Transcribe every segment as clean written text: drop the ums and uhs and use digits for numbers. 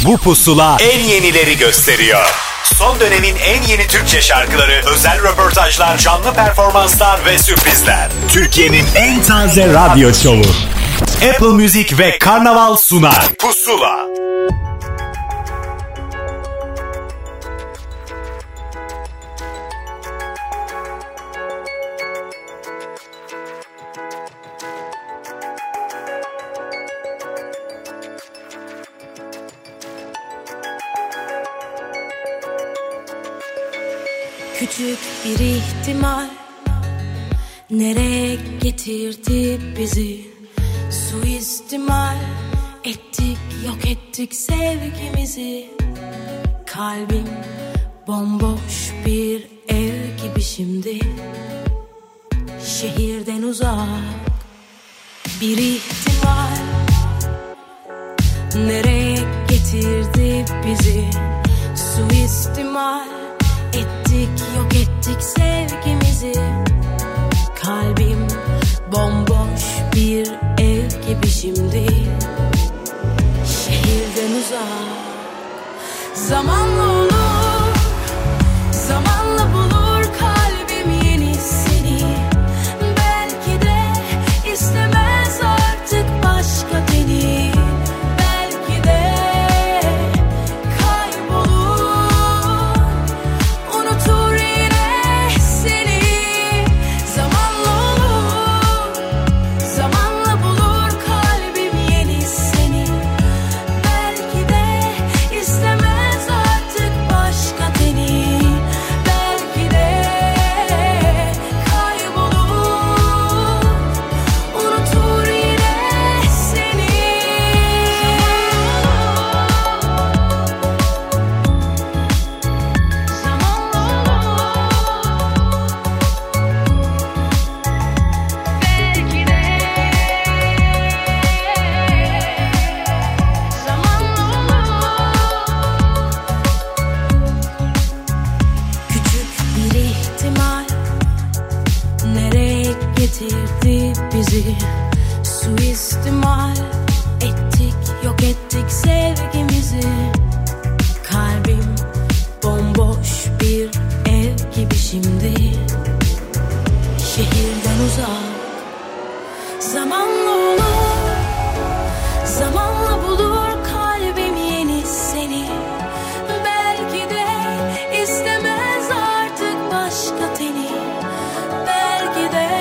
Bu pusula en yenileri gösteriyor. Son dönemin en yeni Türkçe şarkıları, özel röportajlar, canlı performanslar ve sürprizler. Türkiye'nin en taze radyo şovu. Apple Music ve Karnaval sunar. Pusula. Küçük bir ihtimal nereye getirdi bizi? Suistimal ettik, yok ettik sevgimizi. Kalbim bomboş bir ev gibi şimdi. Şehirden uzak bir ihtimal nereye getirdi bizi? Suistimal ettik, yok ettik sevgimizi. Kalbim bomboş bir ev gibi şimdi. Şehirden uzak. Zamanla olur, zamanla bulur kalbim yeni seni. Belki de istemez artık başka beni. Belki de suistimal ettik, yok ettik sevgimizi. Kalbim bomboş bir ev gibi şimdi. Şehirden uzak. Zamanla olur, zamanla bulur kalbim yeni seni. Belki de istemez artık başka teni. Belki de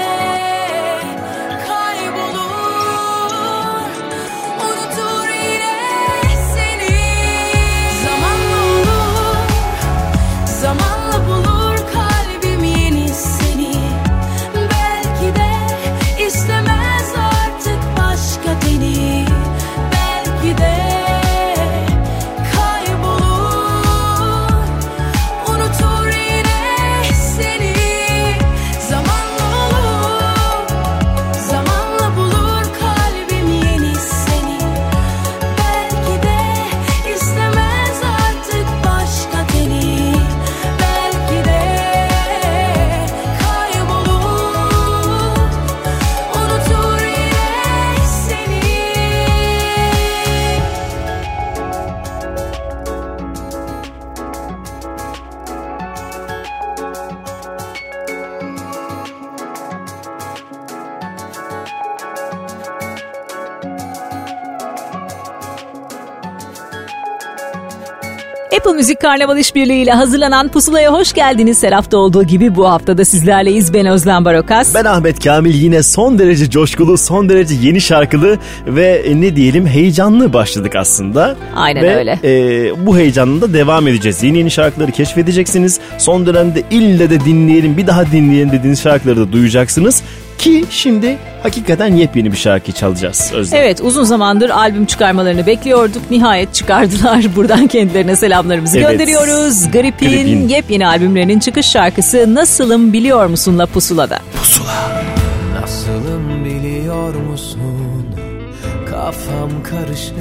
Apple Müzik Karnaval İşbirliği ile hazırlanan Pusula'ya hoş geldiniz. Her hafta olduğu gibi bu hafta da sizlerleyiz. Ben Özlem Barokas. Ben Ahmet Kamil. Yine son derece coşkulu, son derece yeni şarkılı ve ne diyelim heyecanlı başladık aslında. Aynen ve, öyle. Bu heyecanla da devam edeceğiz. Yeni yeni şarkıları keşfedeceksiniz. Son dönemde ille de dinleyelim, bir daha dinleyelim dediğiniz şarkıları da duyacaksınız. Ki şimdi hakikaten yepyeni bir şarkı çalacağız Özlem. Evet, uzun zamandır albüm çıkarmalarını bekliyorduk. Nihayet çıkardılar. Buradan kendilerine selamlarımızı gönderiyoruz. Grip'in yepyeni albümlerinin çıkış şarkısı Nasılım Biliyor Musun'la Pusula'da. Pusula. Nasılım biliyor musun? Kafam karışık,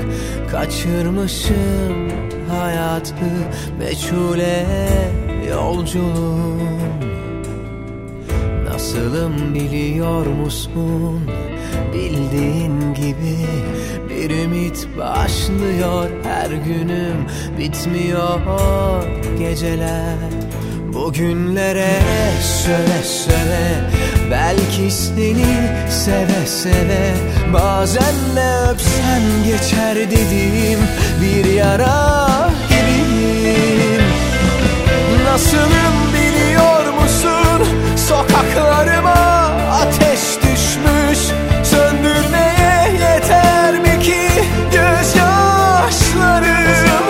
kaçırmışım hayatı, meçhule yolculuğum. Nasılım biliyor musun? bildiğin gibi bir ümit başlıyor. Her günüm bitmiyor geceler. Bugünlere söve söve, belki seni seve seve, bazen ne öpsen geçer dediğim bir yara gibiyim. Nasılım biliyor musun? Sokaklarıma ateş düşmüş, söndürmeye yeter mi ki gözyaşlarım?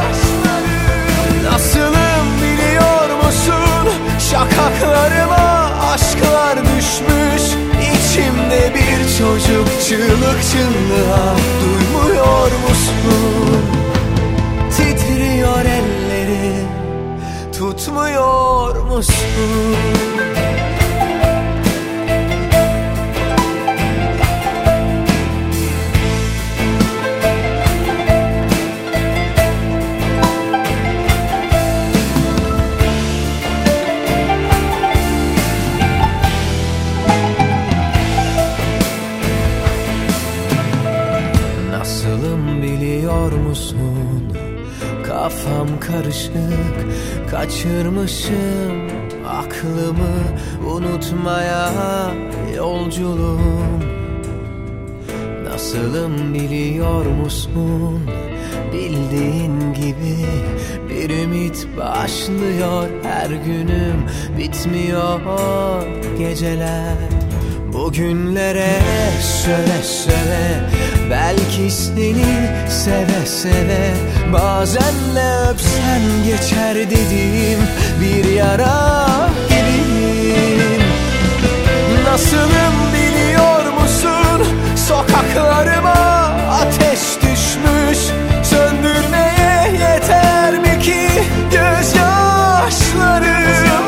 Nasılım biliyor musun? Şakaklarıma aşklar düşmüş, İçimde bir çocuk çığlık çığlığa, duymuyor musun? Titriyor elleri, tutmuyor musun? Nasılım biliyor musun? Kafam karışık, kaçırmışım aklımı, unutmaya yolculuğum. Nasılım biliyor musun? Bildiğin gibi bir ümit başlıyor. Her günüm bitmiyor geceler. Bugünlere söve söve, belki seni seve seve, bazen ne öpsen geçer dediğim bir yara gibiyim. Nasılım biliyor musun? Sokaklarıma ateş düşmüş, söndürmeye yeter mi ki gözyaşlarım?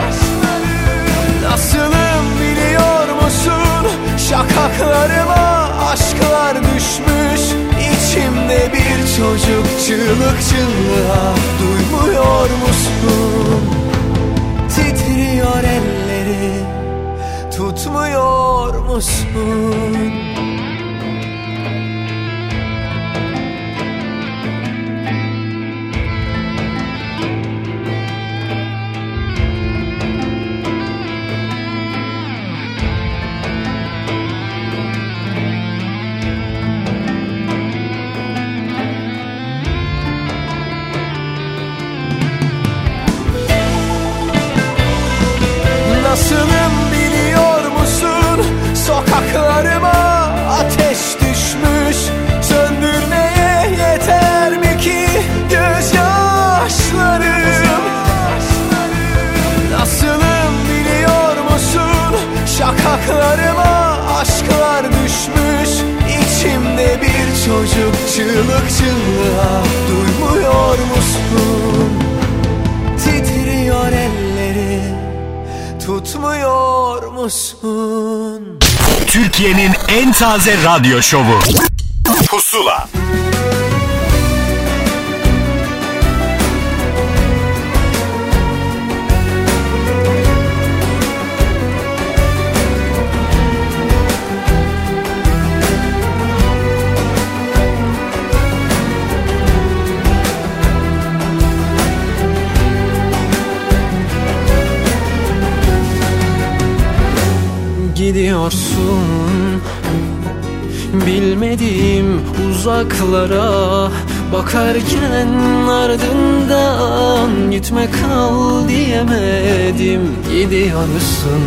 Nasılım biliyor musun? Şakaklarıma aşklar düşmüş, İçimde bir çocuk çığlık çığlığa, duymuyor musun? Titriyor elleri, tutmuyor musun? Nasılım biliyor musun? Sokaklarıma ateş düşmüş, söndürmeye yeter mi ki gözyaşlarım? Nasılım biliyor musun? Şakaklarıma aşklar düşmüş, İçimde bir çocuk çığlık çığlığa, duymuyor musun? Titriyor elleri, tutmuyor musun? Türkiye'nin en taze radyo şovu Pusula. Gidiyorsun bilmediğim uzaklara, bakarken ardından gitme kal diyemedim. Gidiyorsun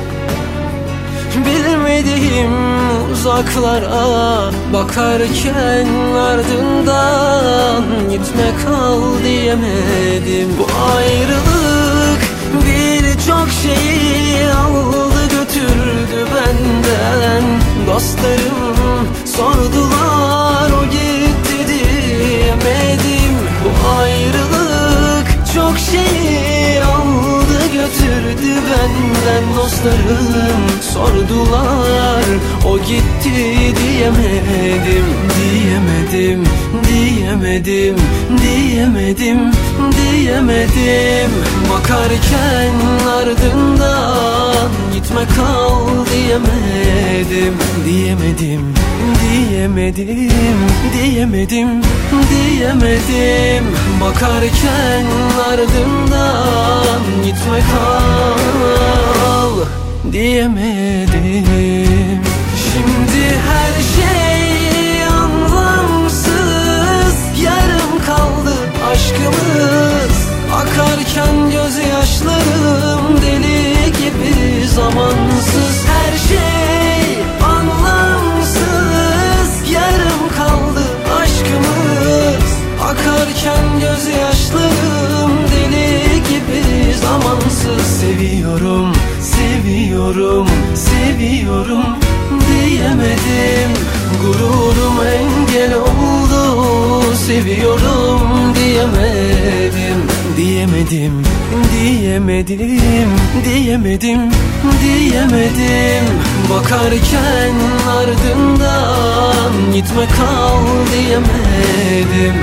bilmediğim uzaklara, bakarken ardından gitme kal diyemedim. Bu ayrılık birçok şeyi aldı götürdü benden. Dostlarım sordular, o gitti diyemedim. Bu ayrılık çok şeyi aldı götürdü benden. Dostlarım sordular, o gitti diyemedim. Diyemedim, diyemedim, diyemedim, diyemedim. Bakarken ardından gitme gitme kal diyemedim. Diyemedim, diyemedim, diyemedim, diyemedim. Bakarken ardından gitme kal diyemedim. Şimdi her şey anlamsız, yarım kaldı aşkımız. Akarken gözyaşlarım deli gibi zamansız. Her şey anlamsız, yarım kaldı aşkımız. Akarken gözyaşlarım deli gibi zamansız. Seviyorum, seviyorum, seviyorum diyemedim. Gururum engel oldu, seviyorum diyemedim. Diyemedim, diyemedim, diyemedim, diyemedim. Bakarken ardından gitme kal diyemedim.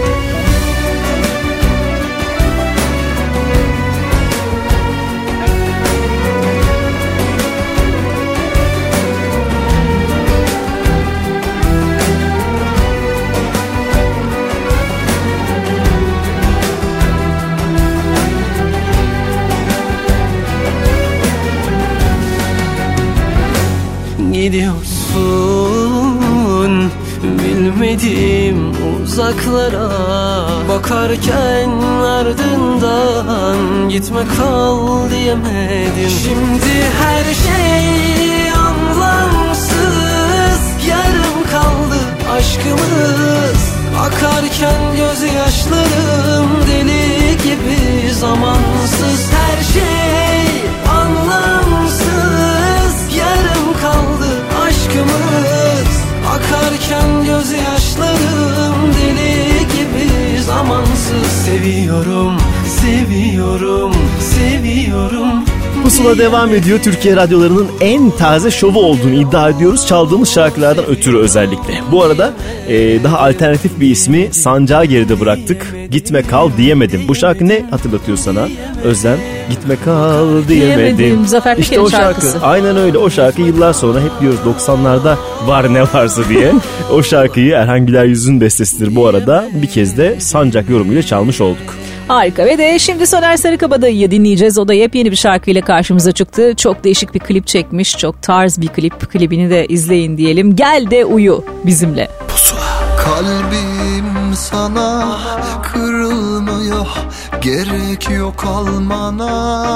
Gidiyorsun bilmediğim uzaklara. Bakarken ardından gitme kal diyemedim. Şimdi her şey anlamsız, yarım kaldı aşkımız. Akarken gözyaşlarım deli gibi zamansız. Her şey anlamsız, yarım kaldı aşkımız. Akarken gözyaşlarım deli gibi zamansız. Seviyorum, seviyorum, seviyorum. Pusula devam ediyor. Türkiye radyolarının en taze şovu olduğunu iddia ediyoruz. Çaldığımız şarkılardan ötürü özellikle. Bu arada daha alternatif bir ismi Sancağı geride bıraktık. Gitme kal diyemedim. Bu şarkı ne hatırlatıyor sana Özlem? Gitme kal diyemedim. Zafer İşte o şarkı. Aynen öyle. O şarkı yıllar sonra hep diyoruz 90'larda var ne varsa diye. O şarkıyı Erhan Güler Yüz'ün bestesidir bu arada. Bir kez de Sancak yorumuyla çalmış olduk. Harika. Ve de şimdi Soner Sarıkabadayı'yı dinleyeceğiz. O da yepyeni bir şarkıyla karşımıza çıktı. Çok değişik bir klip çekmiş. Çok tarz bir klip. Klibini de izleyin diyelim. Gel de uyu bizimle. Pusula. Kalbim sana kırılmıyor, gerek yok almana.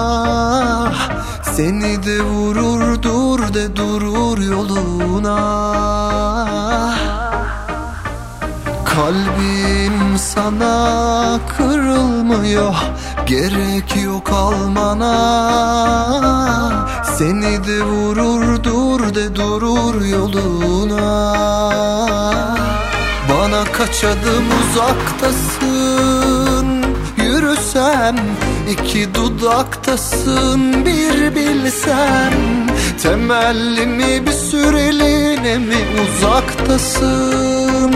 Seni de vurur dur de durur yoluna. Kalbim sana kırılmıyor, gerek yok almana. Seni de vurur dur de durur yoluna. Bana kaç adım uzaktasın, yürüsem iki dudaktasın. Bir bilsem temellimi bir süreliğine mi uzaktasın.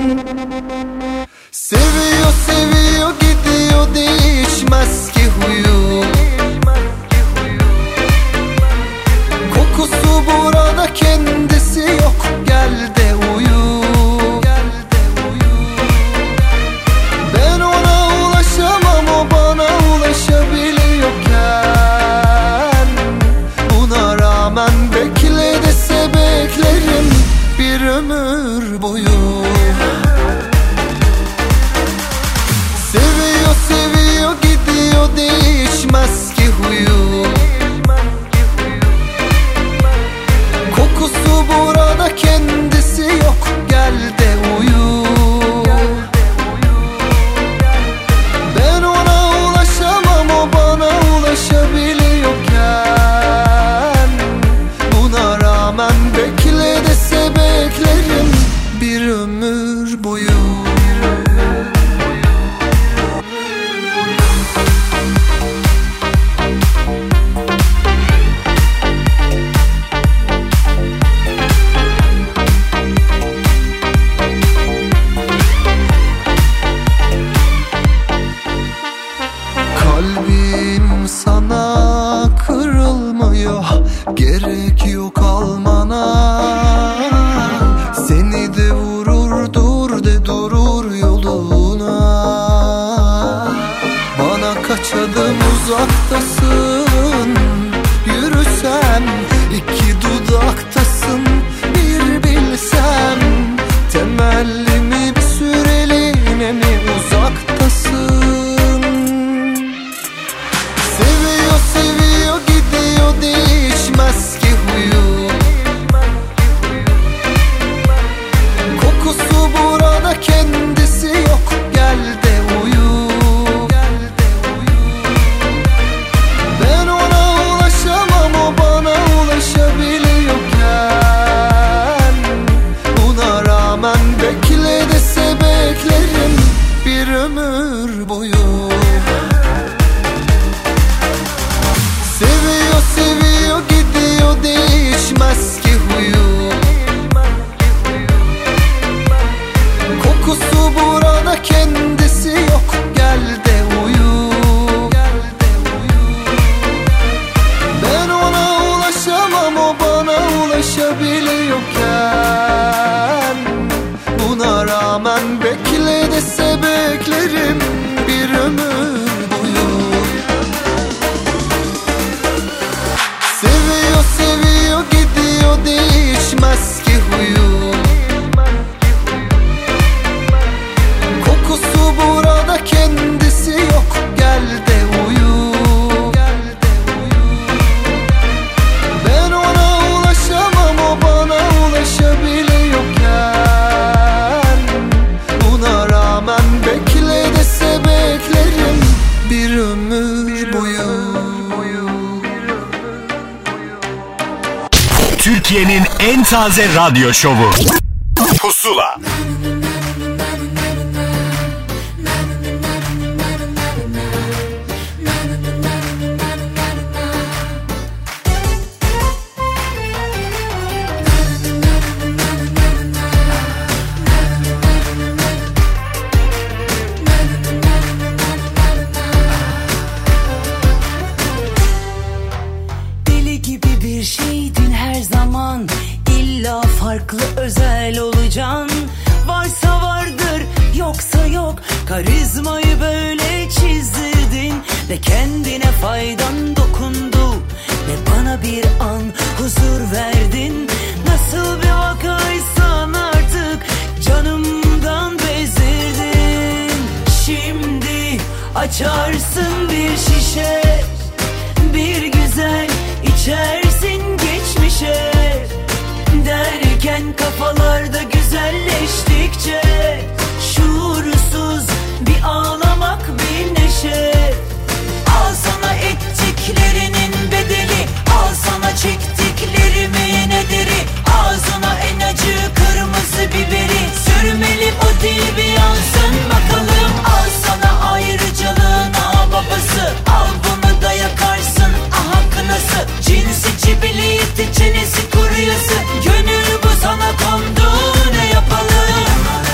Seviyor seviyor gidiyor, değişmez ki huyu. Kokusu burada kendisi yok, gel de uyu. Ben ona ulaşamam, o bana ulaşabiliyorken. Buna rağmen bekle dese beklerim bir ömür boyu. Seviyor seviyor gidiyor, değişmez uzaktasın. Yürüsem iki dudaktasın, bir bilsem temellimi bir süreliğine mi uzaktasın. Seviyor seviyor gidiyor, değişmez ki huyu. Kokusu burada, kendisi yok, gel de uyu. Ben ona ulaşamam, o bana ulaşabiliyorken. Buna rağmen bekle dese beklerim bir ömür boyu. Seviyor seviyor gidiyor, değişmez ki huyu. Kokusu burada, kendisi yok, gel de uyu. Ben ona ulaşamam, o bana ulaşabiliyorken. Buna rağmen bekle dese beklerim bir ömür boyu. Seviyor seviyor gidiyor, değişmez ki huyu. Kokusu burada, kendisi yok, gel de uyu. Ben ona ulaşamam, o bana ulaşabiliyorken. Buna rağmen bekle dese beklerim bir ömür boyu. Türkiye'nin en taze radyo şovu Pusula. Deli gibi bir şeydin her zaman, illa farklı özel olacaksın. Varsa vardır, yoksa yok, karizmayı böyle çizdirdin. Ve kendine faydan dokundu, ve bana bir an huzur verdin. Nasıl bir vakaysan artık canımdan bezdirdin. Şimdi açarsın bir şişe, bir güzel içersin geçmişe. Derken kafalarda güzelleştikçe, şuursuz bir ağlamak bir neşe. Al sana ettiklerinin bedeli, al sana çektiklerimin ederi. Ağzına en acı kırmızı biberi, sürmeli o dil bir yansın bakalım. Al sana ayrıcalığın babası, al bunu da yakarsın aha kınası. Cinsi cibiliyeti çenesi kuruyası, gönül bu sana kondu, ne yapalım?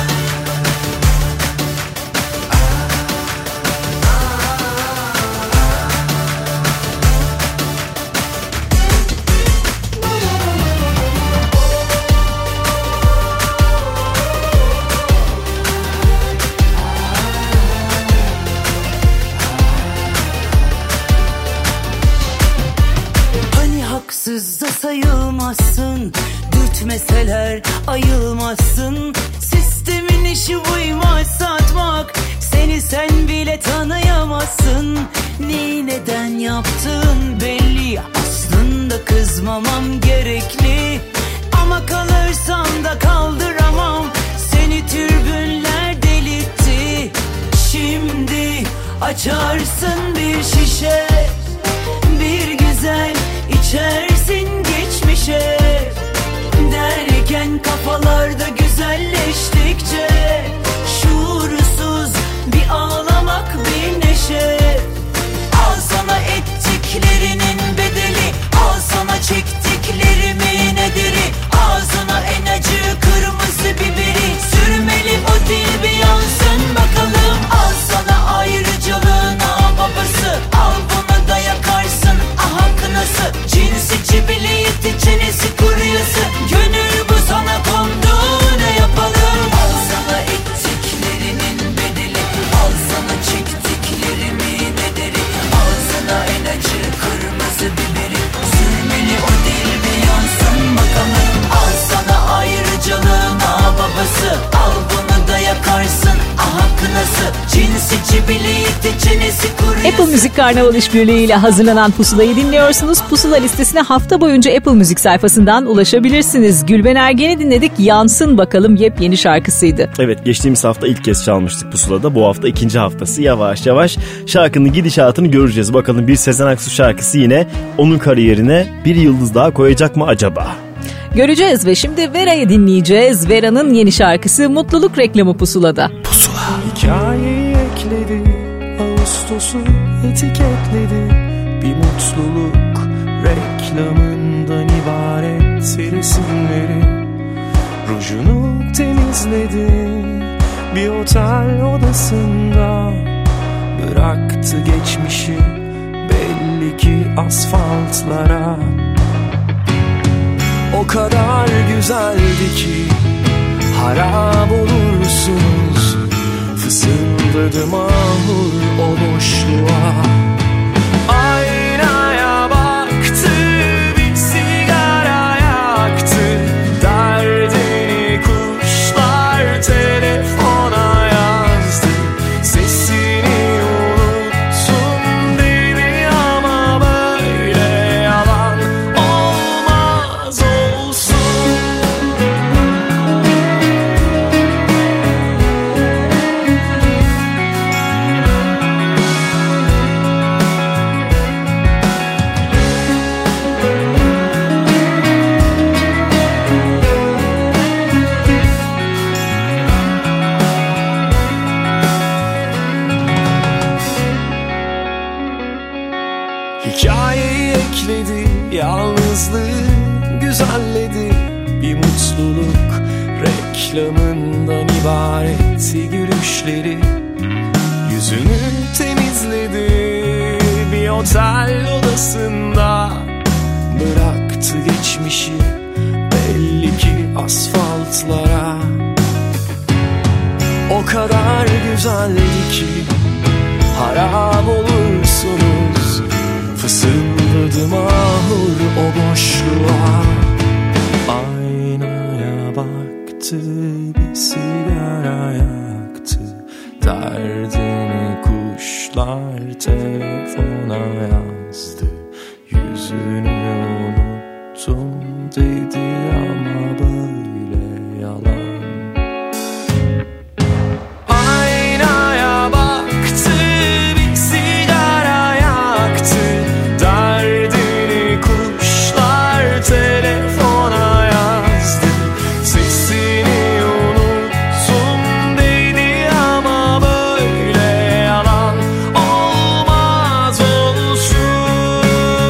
Hani haksız da sayılmazsın, dürtmeseler ayılmazsın. Sistemin işi buymuş satmak, seni sen bile tanıyamazsın. Neyi neden yaptığın belli, aslında kızmamam gerekli. Ama kalırsam da kaldıramam, seni türbünler delitti. Şimdi açarsın bir şişe, bir güzel içersin geçmişe. Derken kafalarda güzelleştikçe, şuursuz bir ağlamak bir neşe. Al sana ettiklerinin bedeli, al sana çektiklerimin ederi. Ağzına en acı kırmızı biberi, sürmeli o dil bir yansın bakalım. Al sana ayrıcalığın babası, al bunu da yakarsın aha kınası. Cinsi cibiliyeti çenesi kuruyası, gönül bu sana kondu, Apple Müzik Karnaval İşbirliği ile hazırlanan Pusula'yı dinliyorsunuz. Pusula listesine hafta boyunca Apple Müzik sayfasından ulaşabilirsiniz. Gülben Ergen'i dinledik. Yansın Bakalım yepyeni şarkısıydı. Evet, geçtiğimiz hafta ilk kez çalmıştık Pusula'da. Bu hafta ikinci haftası. Yavaş yavaş şarkının gidişatını göreceğiz. Bakalım bir Sezen Aksu şarkısı yine onun kariyerine bir yıldız daha koyacak mı acaba? Göreceğiz ve şimdi Vera'yı dinleyeceğiz. Vera'nın yeni şarkısı Mutluluk reklamı Pusula'da. Pusula. Hikayeyi ekledi, Ağustos'u etiketledi. Bir mutluluk reklamından ibaret resimleri. Rujunu temizledi, bir otel odasında. Bıraktı geçmişi belli ki asfaltlara. O kadar güzeldi ki harap olursunuz. Fısıldadı mahur o boşluğa. Aynaya baktı, bir sigara yaktı. Derdini kuşlar telefona yazdı. Sesini unuttum dedi ama böyle yalan olmaz olsun. Hikayeyi ekledi, yalnızlığı güzelledi. Bir mutluluk reklamından ibaretti gülüşleri. Yüzünü temizledi, bir otel odasında. Bıraktı geçmişi belli ki asfaltlara. O kadar güzeldi ki harap olursunuz. Fısıldadı mahur o boşluğa. Aynaya baktı, bir sigara yaktı. Derdini kuşlar telefona yazdı. Yüzünü unuttum dedi ama böyle yalan. Aynaya baktı, bir sigara yaktı. Derdini kuşlar telefona yazdı. Sesini unuttum dedi ama böyle yalan olmaz olsun.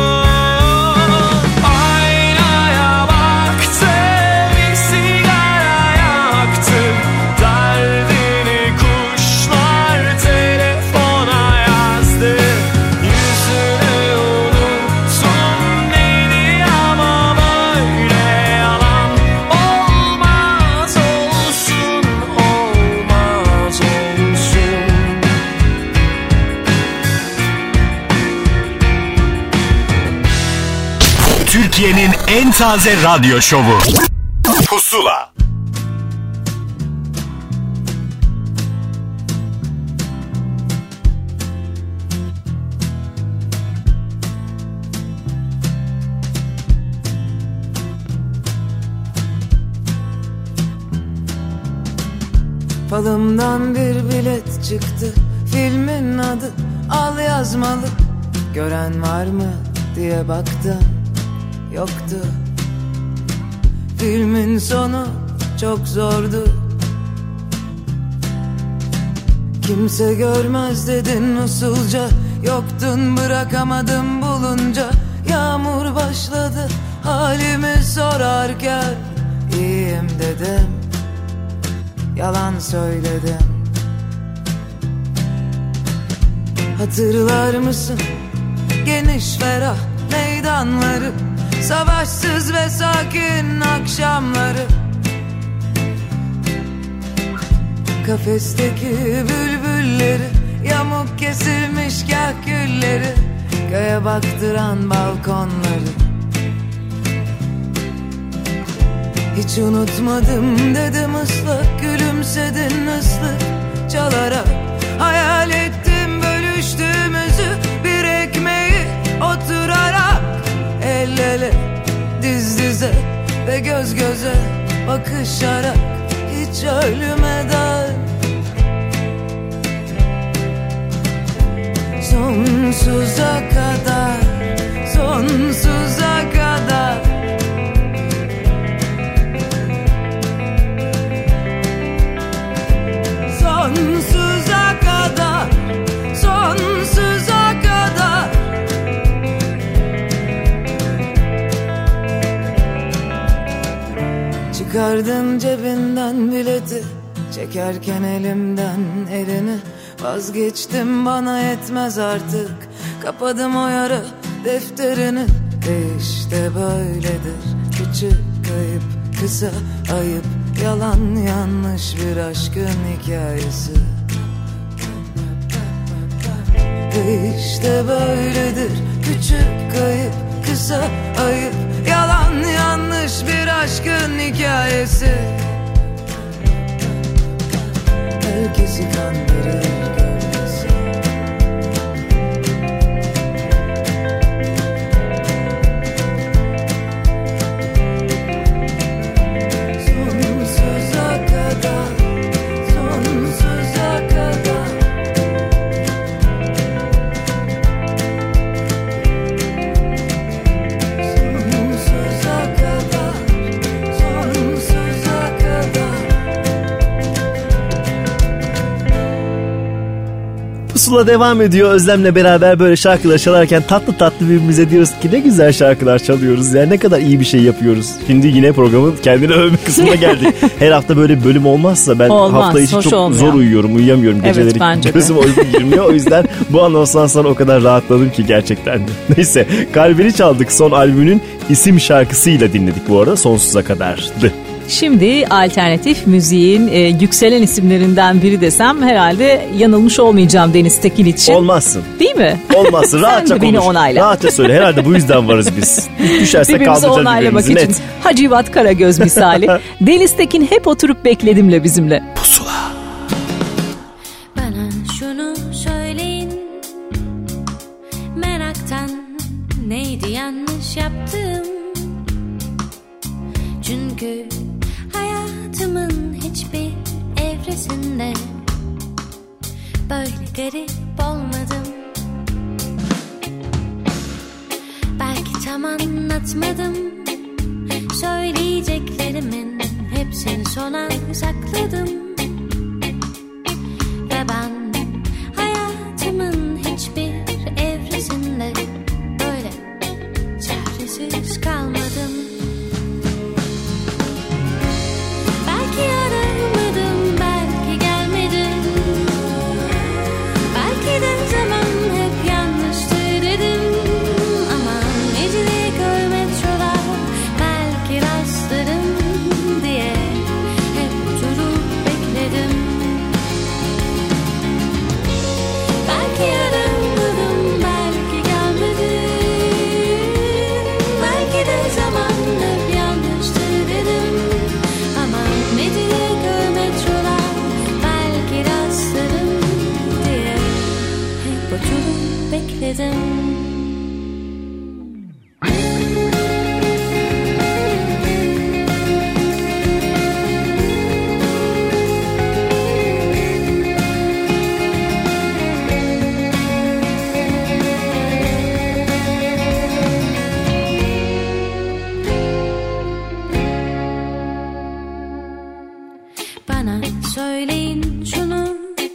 Aynaya baktı, bir sigara yaktı. Derdini kuşlar telefona yazdı. Yüzünü unuttum dedi ama böyle yalan olmaz olsun, olmaz olsun. Türkiye'nin en taze radyo şovu. Pusula. Falımdan bir bilet çıktı, filmin adı al yazmalı. Gören var mı diye baktım, yoktu. Filmin sonu çok zordu. Kimse görmez dedin usulca, yoktun bırakamadım bulunca. Yağmur başladı halimi sorarken, iyiyim dedim, yalan söyledim. Hatırlar mısın geniş ferah meydanları, savaşsız ve sakin akşamları. Kafesteki bülbülleri, yamuk kesilmiş kahkülleri, göğe baktıran balkonları. Hiç unutmadım dedim ıslak, gülümsedin ıslık çalarak. Hayal ettim bölüştüğümüzü göze bakışarak hiç ölmeden sonsuza kadar, sonsuza kadar. Sonsuza kadar, sonsuza kadar. Çıkardın cebinden bileti, çekerken elimden elini. Vazgeçtim, bana yetmez artık, kapadım o yara defterini. İşte böyledir küçük kayıp, kısa ayıp, yalan yanlış bir aşkın hikayesi. İşte böyledir küçük kayıp, kısa ayıp, yalan yanlış bir aşkın hikayesi. Herkesi kandırır gölgesi. Sonsuza kadar, sonsuza kadar. Sonsuza kadar, sonsuza kadar. Pusula devam ediyor. Özlem'le beraber böyle şarkılar çalarken tatlı tatlı birbirimize diyoruz ki ne güzel şarkılar çalıyoruz ya, ne kadar iyi bir şey yapıyoruz. Şimdi yine programın kendini övme kısmına geldik. Her hafta böyle bir bölüm olmazsa ben hafta içi çok olmuyor. Zor uyuyamıyorum geceleri. Evet, gözüm uyku girmiyor. O yüzden bu anonsdan sonra o kadar rahatladım ki gerçekten de. Neyse, Kalbini Çaldık son albümünün isim şarkısıyla dinledik bu arada, sonsuza kadardı. Şimdi alternatif müziğin yükselen isimlerinden biri desem herhalde yanılmış olmayacağım Deniz Tekin için. Olmazsın. Değil mi? Olmazsın. Rahatça konuş. Rahatça söyle. Herhalde bu yüzden varız biz. Düşersek kaldıracağız birbirimizi. Net. Hacivat Karagöz misali. Deniz Tekin hep oturup bekledimle bizimle. Pusula. Bana şunu söyleyin, meraktan neydi yanlış yaptım? Çünkü hayatımın hiçbir evresinde böyle garip olmadım. Belki tam anlatmadım, söyleyeceklerimin hepsini sona sakladım. Ve ben hayatımın hiçbir evresinde böyle çaresiz kalmadım. Belki aramadım, belki gelmedim, belki de zaman hep yanlıştı dedim. Ama meclis kilometreler, belki rastlarım diye hep oturup bekledim. Belki aramadım, belki gelmedim, belki de zaman hep yanlıştı dedim. Ama meclis kilometreler, belki rastlarım diye hep oturup bekledim. Bana söyleyin şunu,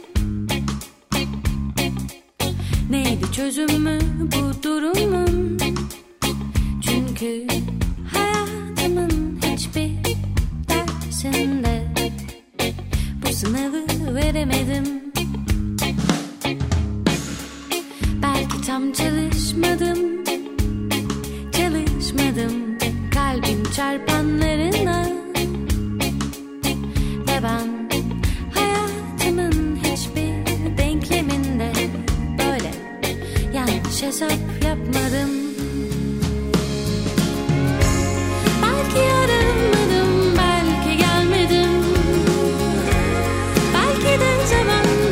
neydi çözümü bu durumun? Çünkü hayatımın hiçbir dersinde bu sınavı veremedim. Belki tam çalışmadım, kalbim çarpanlarına. Ve ben hayatımın hiçbir denkleminde böyle yanlış hesap yapmadım. Belki aramadım, belki gelmedim, belki de zaman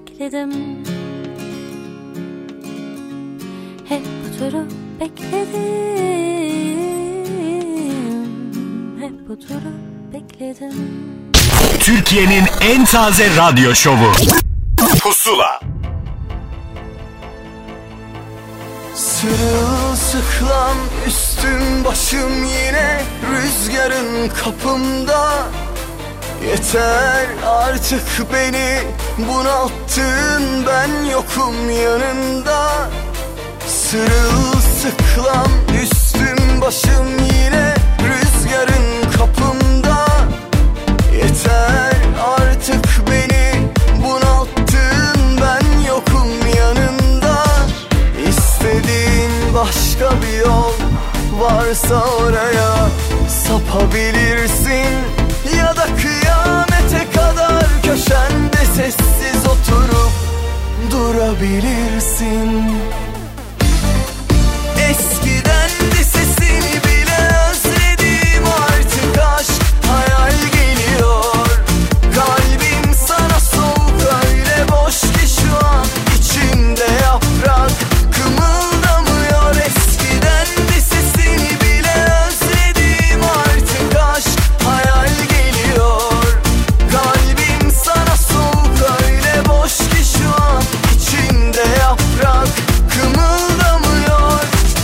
bekledim. Hep oturup bekledim. Hep oturup bekledim. Türkiye'nin en taze radyo şovu Pusula. Sırılsıklam üstüm başım yine rüzgarın kapımda. Yeter artık beni bunalttın, ben yokum yanında. Sırılsıklam üstüm başım yine rüzgarın kapımda. Yeter artık beni bunalttın, ben yokum yanında. İstediğin başka bir yol varsa oraya sapabilirsin. Ya da kıyamete kadar köşende sessiz oturup durabilirsin. Eskiden de sesini bile özledim, artık aşk hayal geliyor. Kalbim sana soğuk, öyle boş ki şu an içimde yaprak kımıldamıyor. Eskiden de sesini bile özledim, artık aşk hayal geliyor. Kalbim sana soğuk, öyle boş ki şu an içimde yaprak kımıldamıyor.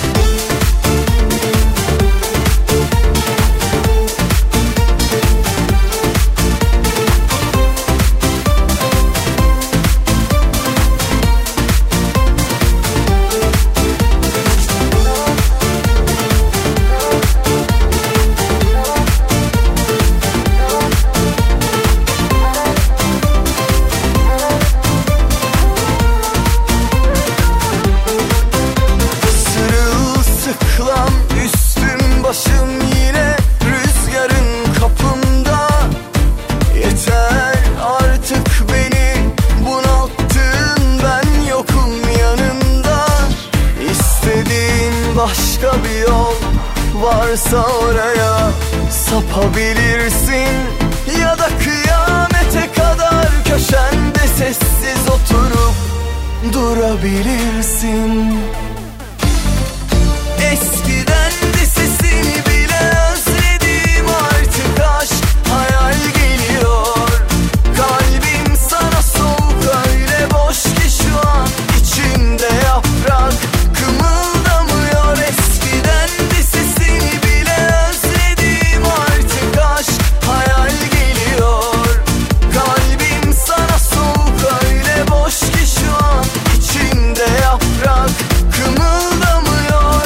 Sırılsıklam üstüm başım yine rüzgarın kapımda. Yeter artık beni bunalttın, ben yokum yanında. İstediğin başka bir yol varsa oraya sapabilirsin. Ya da kıyamete kadar köşende sessiz oturup durabilirsin. Eskiden de sesini bile özledim, artık aşk hayal geliyor. Kalbim sana soğuk, öyle boş ki şu an içimde yaprak kımıldamıyor. Eskiden de sesini bile özledim, artık aşk hayal geliyor. Kalbim sana soğuk, öyle boş ki şu an içimde yaprak kımıldamıyor.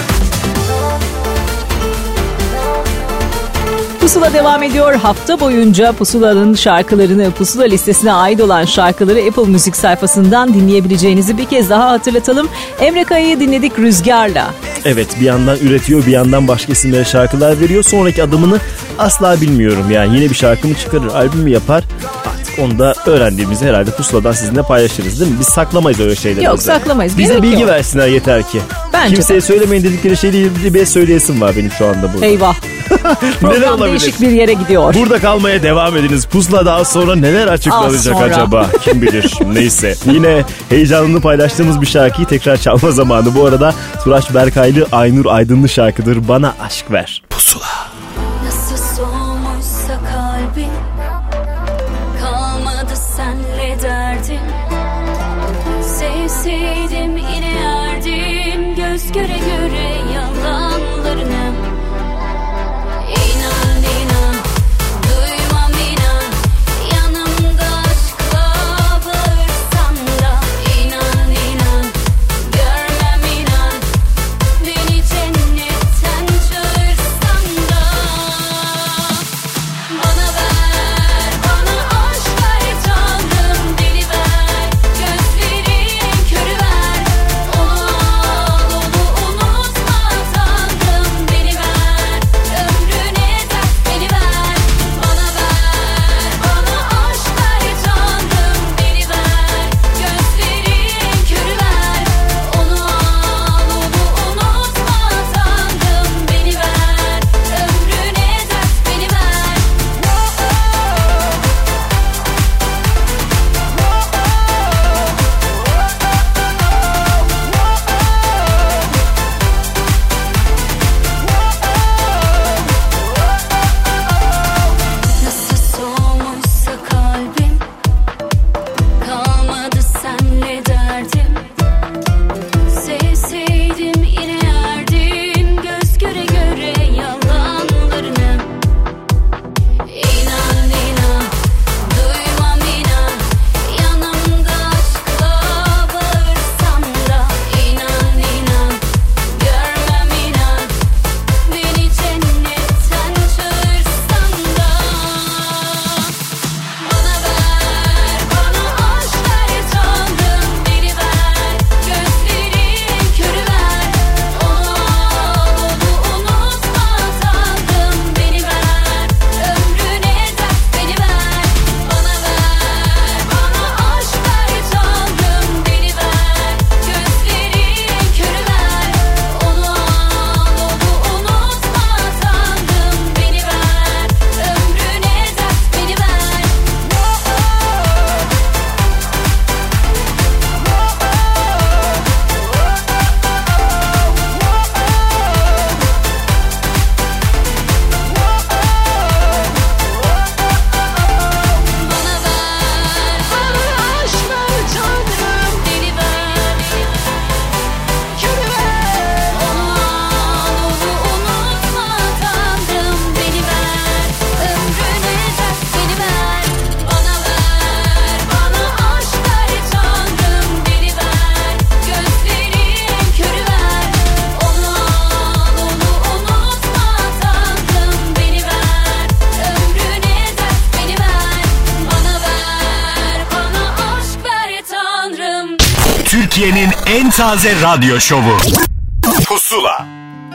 Pusula devam ediyor. Hafta boyunca Pusula'nın şarkılarını, Pusula listesine ait olan şarkıları Apple Müzik sayfasından dinleyebileceğinizi bir kez daha hatırlatalım. Emre Kaya'yı dinledik Rüzgar'la. Evet, bir yandan üretiyor, bir yandan başka isimlere şarkılar veriyor. Sonraki adımını asla bilmiyorum. Yani yine bir şarkı mı çıkarır, albüm mü yapar? Artık onu da öğrendiğimizi herhalde Pusula'dan sizinle paylaşırız, değil mi? Biz saklamayız öyle şeyleri. Yok, saklamayız. Bize Gerek bilgi yok. versinler yeter ki. Bence Kimseye de. söylemeyin dedikleri şeyle ilgili bir söyleyesim var benim şu anda burada. Eyvah. Neler Program olabilir? değişik bir yere gidiyor. Burada kalmaya devam ediniz. Pusula daha sonra neler açıklanacak Az sonra. acaba? Kim bilir. Neyse. Yine heyecanını paylaştığımız bir şarkıyı tekrar çalma zamanı. Bu arada Turaç Berkaylı, Aynur Aydınlı şarkıdır Bana Aşk Ver. Pusula. Nasıl soğumuşsa kalbim, kalmadı senle derdim. Sevseydim yine yerdim, göz göre göre yalanlarını. İnan inan, duymam inan, yanımda aşkla bağırsam da. İnan inan, görmem inan, beni cennetten çağırsan da. Bana ver, bana aşk ver canım, deli ver, gözlerin körü ver. Onu al, onu unutma Türkiye'nin en taze radyo şovu. Pusula.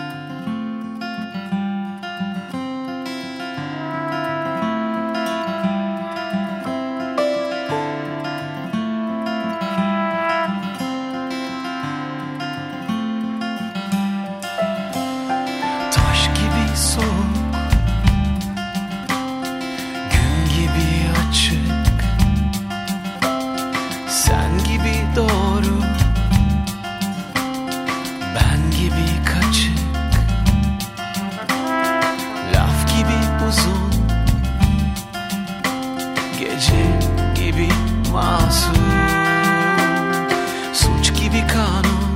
Taş gibi soğuk, gün gibi açık, sen gibi doğru, ben gibi kaçık, laf gibi uzun, gece gibi masum, suç gibi kanun,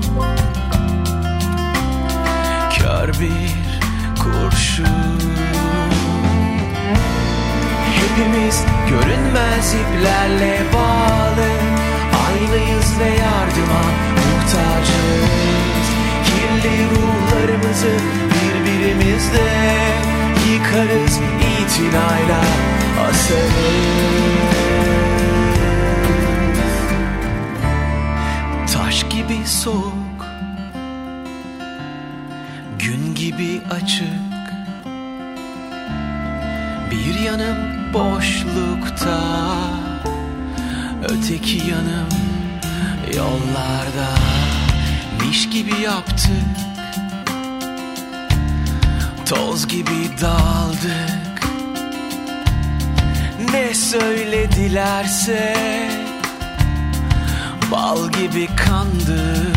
kör bir kurşun. Hepimiz görünmez iplerle bağlı, aynıyız ve yardıma muhtacız. Kirli ruhlarımızı birbirimizde yıkarız, itinayla asarız. Taş gibi soğuk, gün gibi açık, bir yanım boşlukta, öteki yanım yollarda. Miş gibi yaptık, toz gibi dağıldık. Ne söyledilerse bal gibi kandık.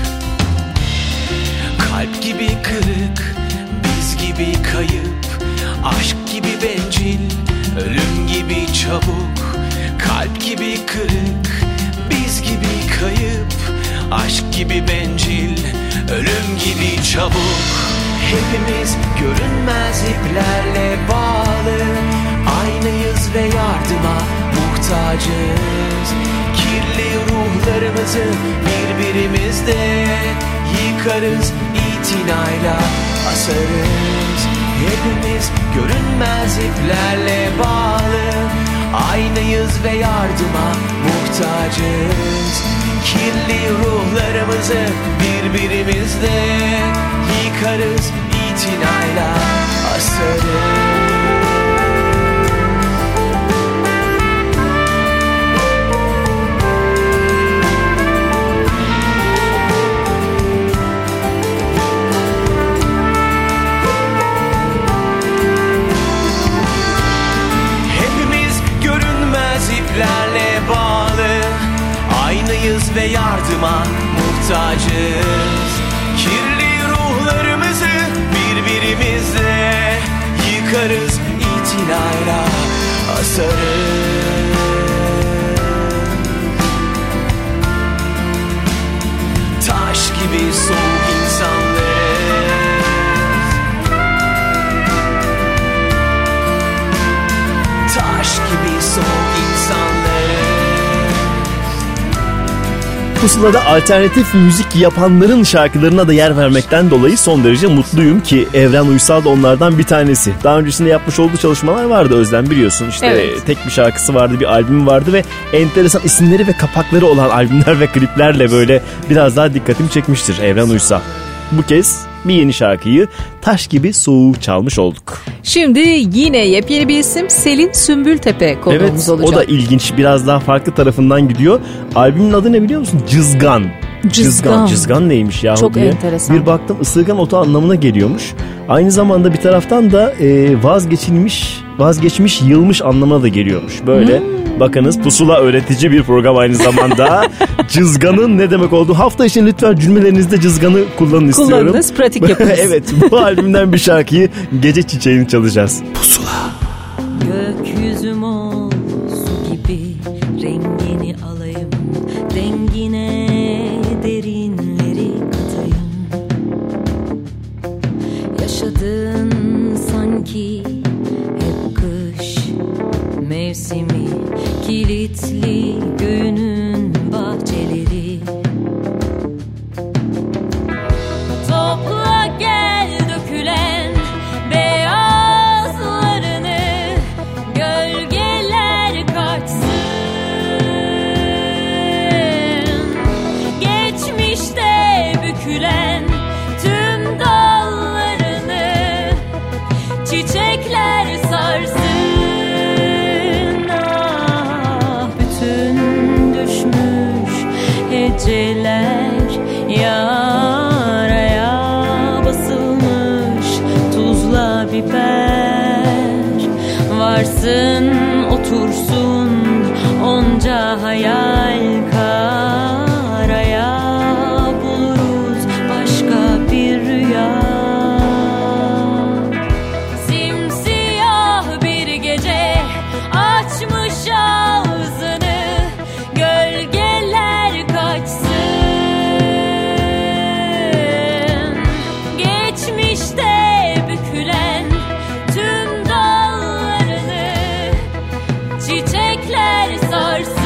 Kalp gibi kırık, biz gibi kayıp, aşk gibi bencil, ölüm gibi çabuk. Kalp gibi kırık, biz gibi kayıp, aşk gibi bencil, ölüm gibi çabuk. Hepimiz görünmez iplerle bağlı, aynıyız ve yardıma muhtacız. Kirli ruhlarımızı birbirimizde yıkarız, itinayla asarız. Hepimiz görünmez iplerle bağlı, aynıyız ve yardıma muhtacız. Kirli ruhlarımızı birbirimizde yıkarız, itinayla asarız. İplerle bağlı, aynıyız ve yardıma muhtacız. Kirli ruhlarımızı birbirimizle yıkarız, itinayla asarız. Taş gibi soğuk insanlarız, taş gibi soğuk insanlarız. Pusula'da alternatif müzik yapanların şarkılarına da yer vermekten dolayı son derece mutluyum ki Evren Uysal da onlardan bir tanesi. Daha öncesinde yapmış olduğu çalışmalar vardı, Özlem, biliyorsun. İşte Evet. tek bir şarkısı vardı, bir albüm vardı ve enteresan isimleri ve kapakları olan albümler ve kliplerle böyle biraz daha dikkatimi çekmiştir Evren Uysal. Bu kez bir yeni şarkıyı Taş Gibi Soğuk çalmış olduk. Şimdi yine yepyeni bir isim Selin Sümbültepe konuğumuz Evet, olacak. o da ilginç, biraz daha farklı tarafından gidiyor. Albümün adı ne biliyor musun? Cızgan. Cızgan neymiş yahu Çok diye. enteresan. Bir baktım, ısırgan otu anlamına geliyormuş. Aynı zamanda bir taraftan da vazgeçmiş, yılmış anlamına da geliyormuş. Böyle bakınız, Pusula öğretici bir program aynı zamanda. Cızganın ne demek olduğu, hafta için lütfen cümlelerinizde cızganı kullanın istiyorum. Kullanınız, pratik yapınız. Evet, bu albümden bir şarkıyı Gece Çiçeğini çalacağız. Pusula. Gökyüzüm ol su gibi, rengini alayım, dengine derinleri katayım. Yaşadın sanki hep kış mevsimi, kilitli göğünün bahçeleri. Topla gel dökülen beyazlarını, göl heceler yaraya basılmış tuzla biber. Varsın otursun onca hayal karaya, buluruz başka bir rüya. Simsiyah bir gece açmış ağzını, gölgeler kaçsın. Geçmişte bükülen tüm dallarını çiçekler sarsın.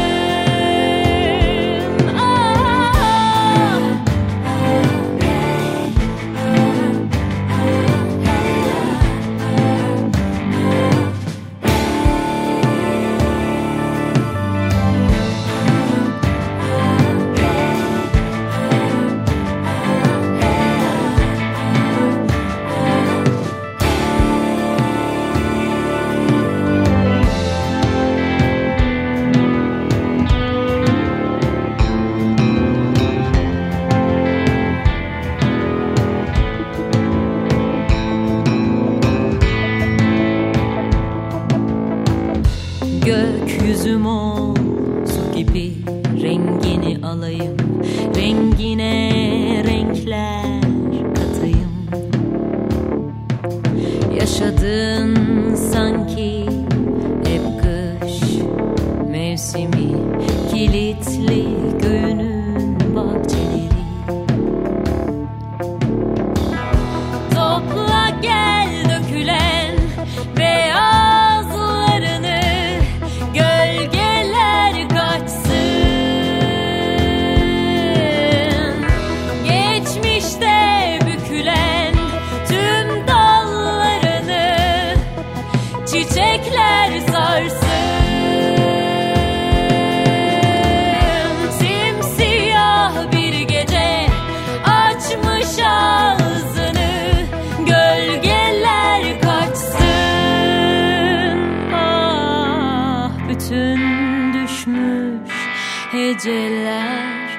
Gökyüzüm o su gibi, rengini alayım, rengine renkler katayım. Yaşadın sanki hep kış mevsimi, kilitli göğünün bahçeleri. Topla gel dökülen beyazlarını, gölgeler kaçsın. Geçmişte bükülen tüm dallarını çiçekler sarsın. Simsiyah bir gece açmış ağzını, gölgeler kaçsın. Ah, bütün düşmüş heceler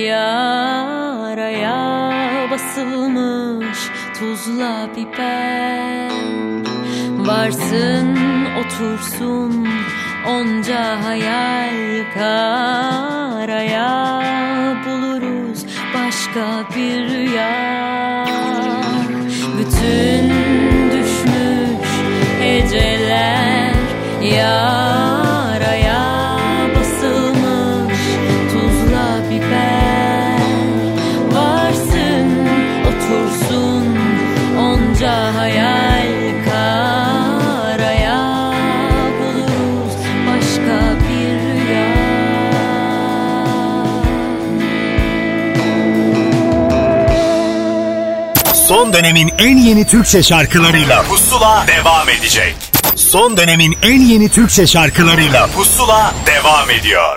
yaraya basılmış tuzla biber. Varsın otursun onca hayal karaya, buluruz başka bir rüya. Bütün düşmüş heceler yaraya basılmış tuzla biber. Varsın otursun onca hayal karaya, buluruz başka bir rüya. Son dönemin en yeni Türkçe şarkılarıyla Pusula devam edecek. Son dönemin en yeni Türkçe şarkılarıyla Pusula devam ediyor.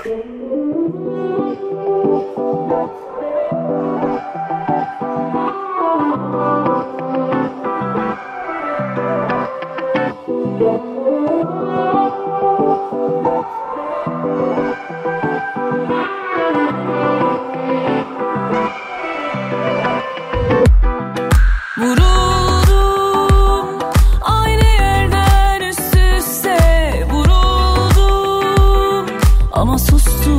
Vuruldum aynı yerden üst üste, vuruldum ama sustum.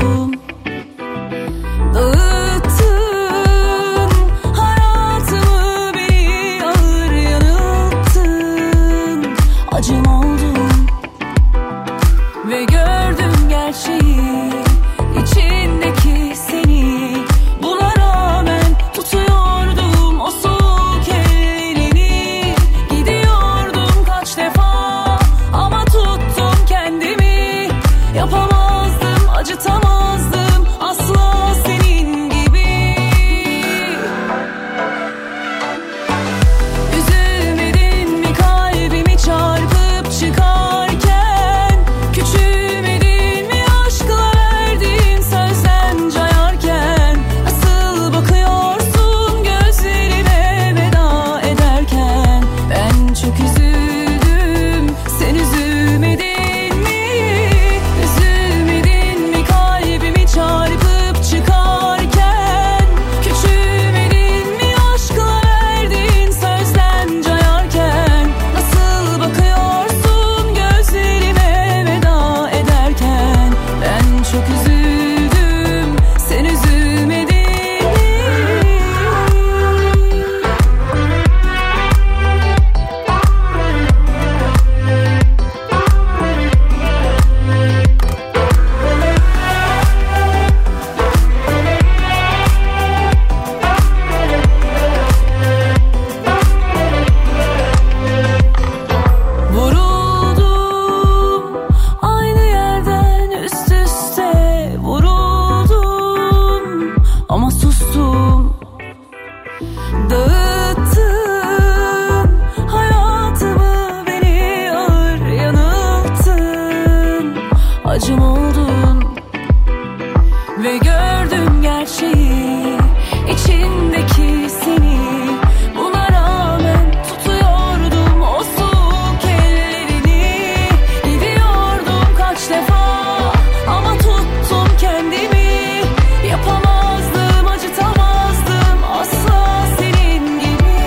Ve gördüm gerçeği, içindeki seni. Buna rağmen tutuyordum o soğuk ellerini. Gidiyordum kaç defa ama tuttum kendimi. Yapamazdım, acıtamazdım asla senin gibi.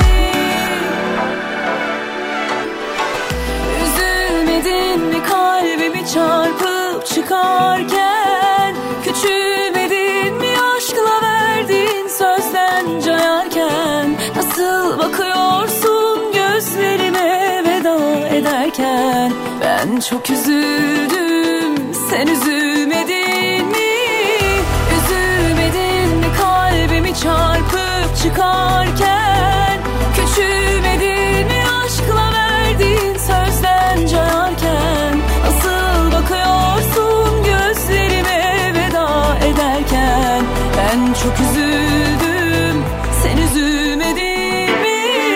Üzülmedin mi kalbimi çarpıp çıkarken? Küçülmedin mi aşkla verdiğin sözden cayarken? Nasıl bakıyorsun gözlerime veda ederken? Ben çok üzüldüm, sen üzülmedin mi? Üzülmedin mi kalbimi çarpıp çıkarken? Küçülmedin mi aşkla verdiğin sözden cayarken? Nasıl bakıyorsun gözlerime veda ederken? Ben çok üzüldüm, sen üzülmedin mi?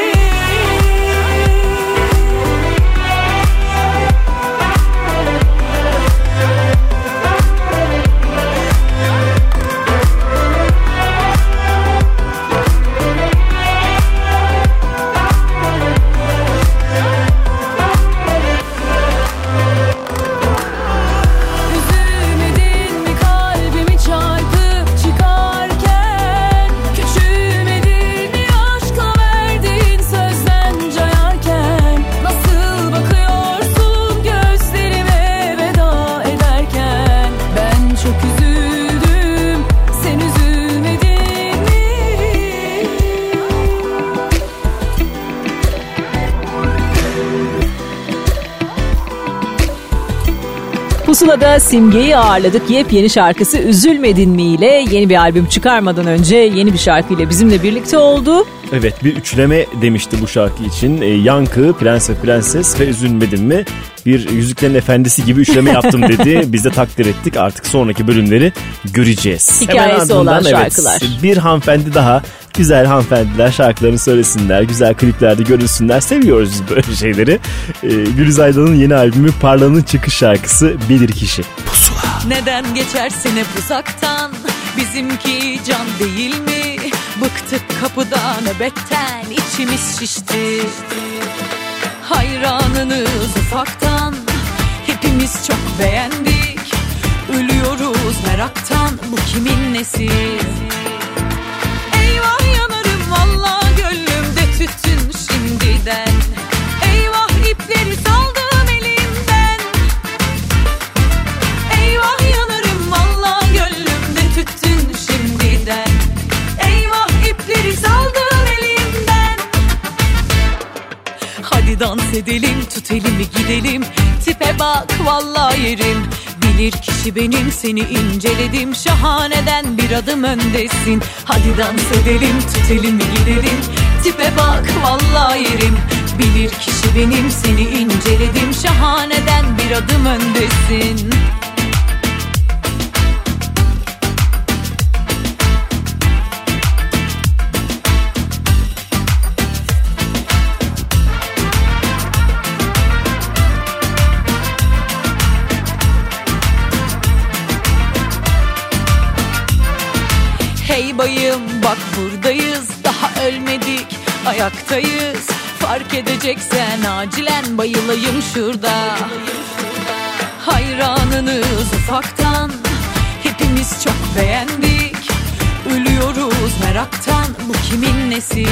Üzülmedin mi kalbimi çarpıp çıkarken? Küçülmedin mi aşkla verdiğin sözden cayarken? Nasıl bakıyorsun gözlerime veda ederken? Ben çok üzüldüm, sen üzülmedin mi? Pusula'da Simge'yi ağırladık. Yepyeni şarkısı Üzülmedin mi ile yeni bir albüm çıkarmadan önce yeni bir şarkıyla bizimle birlikte oldu. Evet, bir üçleme demişti bu şarkı için. Yankı, Prens ve Prenses ve Üzülmedin mi? Bir Yüzüklerin Efendisi gibi üçleme yaptım dedi. Biz de takdir ettik. Artık sonraki bölümleri göreceğiz. Hikayesi olan şarkılar. Bir hanımefendi daha. Güzel hanımefendiler şarkılarını söylesinler. Güzel kliplerde görünsünler. Seviyoruz biz böyle şeyleri. Gülüz Aydan'ın yeni albümü Parla'nın çıkış şarkısı Bilirkişi. Pusula. Neden geçersin hep uzaktan? Bizimki can değil mi? Bıktık kapıda nöbetten, içimiz şişti. Hayranınız ufaktan, hepimiz çok beğendik. Ölüyoruz meraktan, bu kimin nesi? Eyvah yanarım valla, gönlümde tütün şimdiden. Eyvah ipleri saldım elimden. Eyvah yanarım valla, gönlümde tütün şimdiden. Eyvah ipleri saldım elimden. Hadi dans edelim, tut elimi gidelim. Tipe bak vallahi yerim. Bilir kişi benim, seni inceledim. Şahaneden bir adım öndesin. Hadi dans edelim, tut elimi gidelim. Tipe bak vallahi yerim. Bilir kişi benim, seni inceledim. Şahaneden bir adım öndesin. Hey bayım bak buradayız, daha ölmedik, ayaktayız. Fark edeceksen acilen bayılayım şurada. Hayranınız ufaktan, hepimiz çok beğendik. Ölüyoruz meraktan, bu kimin nesi?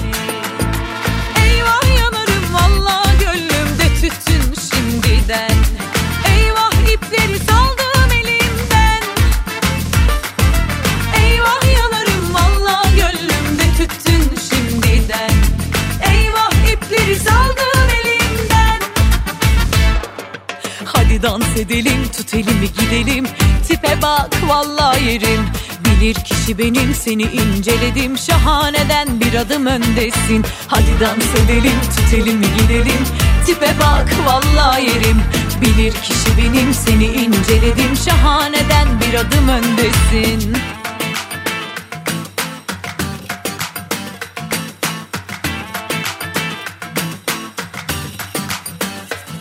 Eyvah yanarım valla, gönlümde tütün şimdiden. Eyvah ipleri saldım elimden. Eyvah yanarım valla, gönlümde tütün şimdiden. Eyvah ipleri saldım elimden. Hadi dans edelim, tut elimi gidelim. Tipe bak vallahi yerim. Bilir kişi benim, seni inceledim. Şahaneden bir adım öndesin. Hadi dans edelim, tut elimi gidelim. Tipe bak vallahi yerim. Bilir kişi benim, seni inceledim. Şahaneden bir adım öndesin.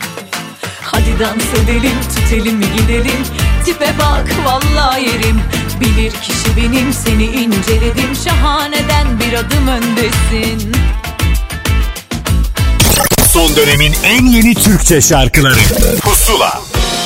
Hadi dans edelim, tut elimi gidelim. Tipe bak vallahi yerim. kişi benim, seni inceledim, şahaneden bir adım öndesin. Son dönemin en yeni Türkçe şarkıları Pusula.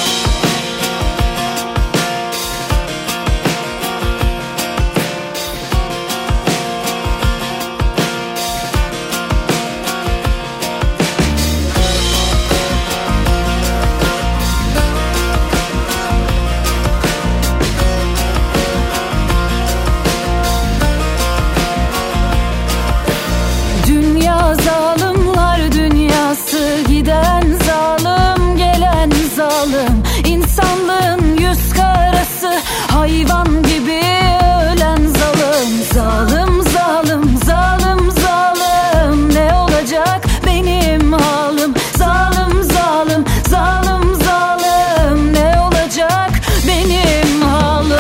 Dünya zalimler dünyası, giden zalim gelen zalim, İnsanlığın yüz karası, hayvan gibi ölen zalim. Zalim zalim zalim zalim, ne olacak benim halim? Zalim zalim zalim zalim, ne olacak benim halim?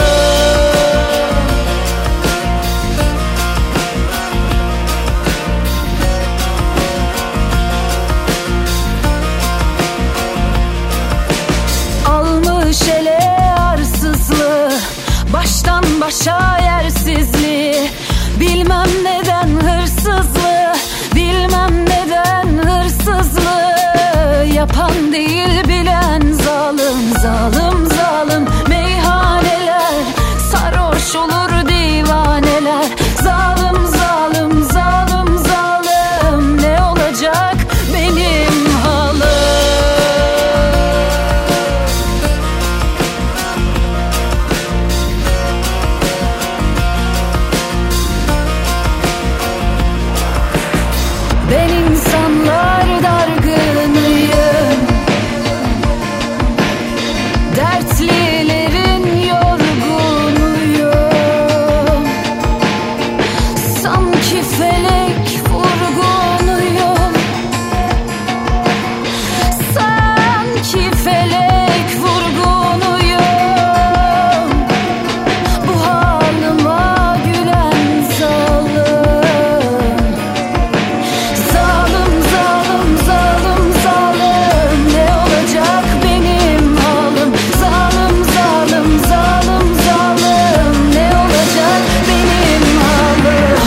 Almış ele arsızlığı, baştan başa yersizliği, bilmem neden hırsızlığı, bilmem neden hırsızlığı, yapan değil bilen zalim. Zalim zalim meyhaneler, sarhoş olur divaneler. Zalim zalim zalim zalim, ne olacak benim halim? Ben insanlar dargınıyım, dertlilerin yorgunuyum, sanki felek vurgunuyum, sanki felek vurgunuyum, bu halıma gülen zalim. Zalim zalim zalim zalim, ne olacak benim halim? Zalim zalim zalim zalim, ne olacak benim halim?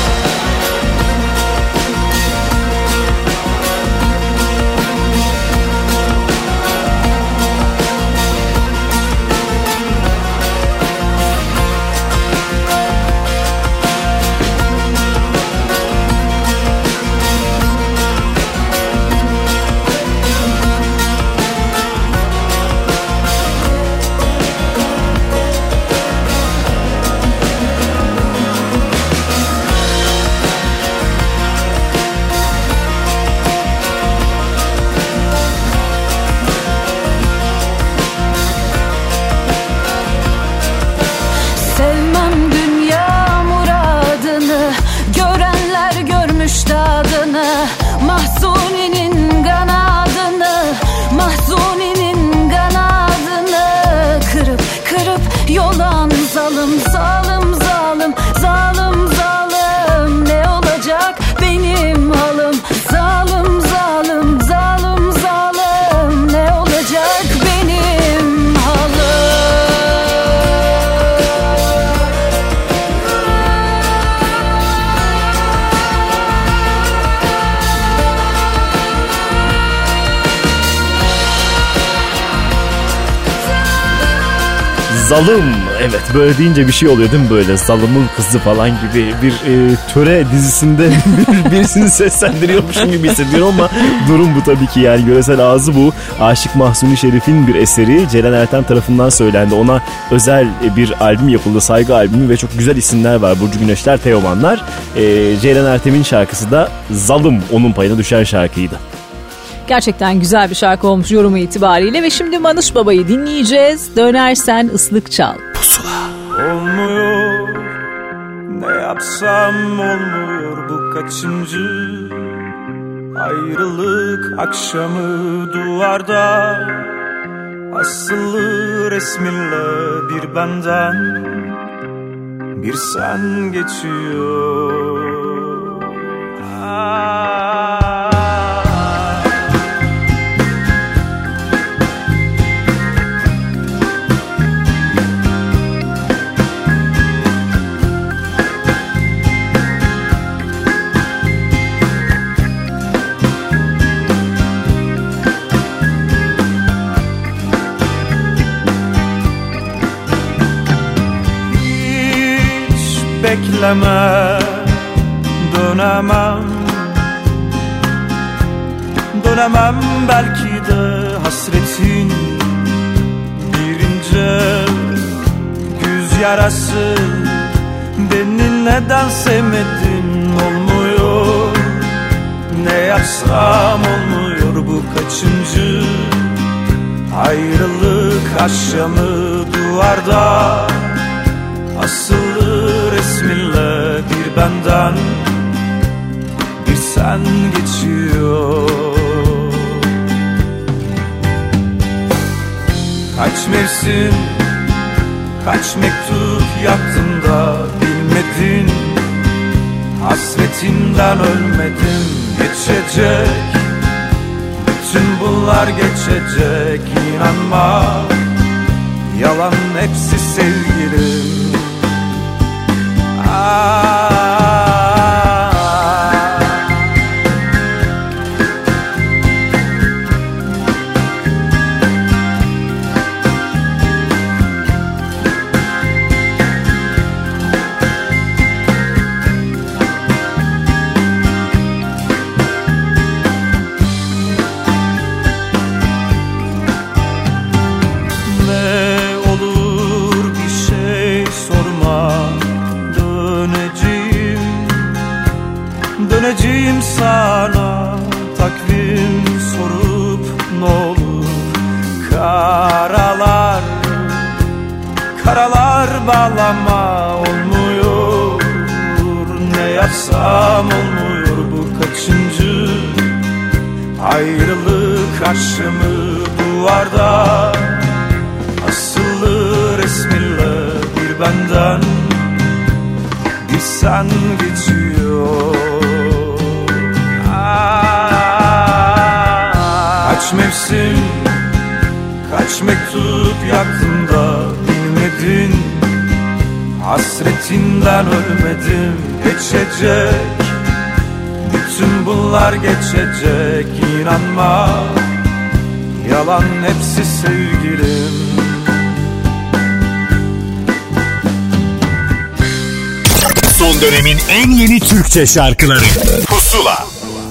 Sevmem dünya muradını, görenler görmüş tadını, Mahzuni'nin kanadını, Mahzuni'nin kanadını kırıp kırıp yolan zalim. Zalim zalim zalim zalim, ne olacak benim halim? Zalim zalim zalim zalim, ne olacak benim halim? Zalim. Evet, böyle deyince bir şey oluyor değil mi böyle? Zalımın kızı falan gibi bir töre dizisinde birisini seslendiriyormuşum gibi hissediyorum ama durum bu tabii ki, yani göresel ağzı bu. Aşık Mahzuni Şerif'in bir eseri, Ceren Ertem tarafından söylendi. Ona özel bir albüm yapıldı, saygı albümü, ve çok güzel isimler var. Burcu Güneşler, Teomanlar. Ceren Ertem'in şarkısı da Zalim onun payına düşen şarkıydı. Gerçekten güzel bir şarkı olmuş yorumu itibariyle ve şimdi Manuş Baba'yı dinleyeceğiz. Dönersen ıslık çal. Pusula. Olmuyor, ne yapsam olmuyor, bu kaçıncı ayrılık akşamı, duvarda asılı resminle bir benden bir sen geçiyor. bekleme, dönemem. Dönemem belki de hasretin bir ince güz yarası. Beni neden sevmedin olmuyor, ne yapsam olmuyor, bu kaçıncı ayrılık akşamı. Duvarda asılı resminle bir benden bir sen geçiyor. Kaç mevsim, kaç mektup yaptım da bilmedin. Hasretinden ölmedim, geçecek. Bütün bunlar geçecek, inanma. Yalan hepsi sevgilim. Döneceğim sana, takvim sorup ne olur. Karalar, karalar bağlama olmuyor. Ne yapsam olmuyor, bu kaçıncı ayrılık akşamı. Duvarda asılı resminle bir benden bir sen geçiyor. Kaç mevsim, kaç mektup yaktım da bilmedin. Hasretinden ölmedim, geçecek. Bütün bunlar geçecek, inanma. Yalan hepsi sevgilim. Son dönemin en yeni Türkçe şarkıları Pusula.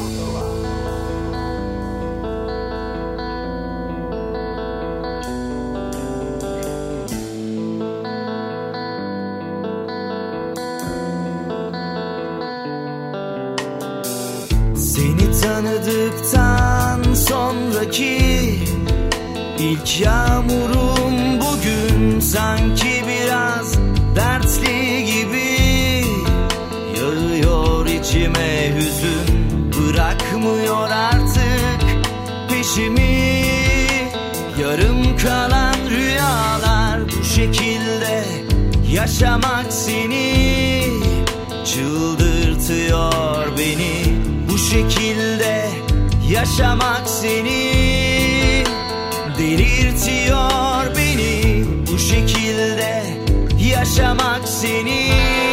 Seni tanıdıktan sonraki ilk yağmurum bugün sanki biraz dertli gibi. Yağıyor içime hüzün, bırakmıyor artık peşimi. Yarım kalan rüyalar, bu şekilde yaşamak seni çıldırtıyor beni. Bu şekilde yaşamak seni delirtiyor beni. Bu şekilde yaşamak seni.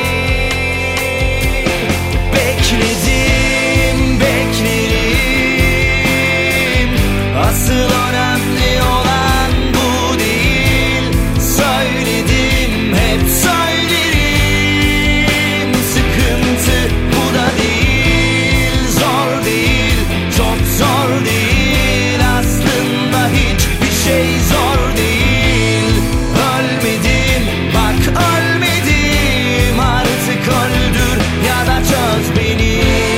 Bekledim, beklerim. Asıl önemli olan bu değil. Söyledim, hep söylerim. Sıkıntı bu da değil. Zor değil, çok zor değil. Aslında hiçbir şey zor değil. Ölmedim, bak ölmedim. Artık öldür ya da çöz beni.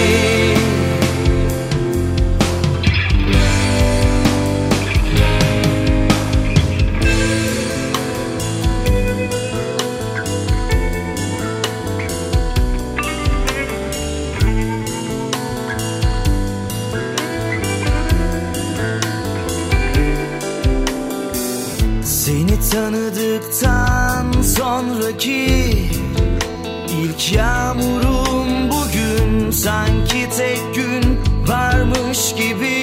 Seni tanıdıktan sonraki ilk yağmurum bugün sanki tek gün varmış gibi.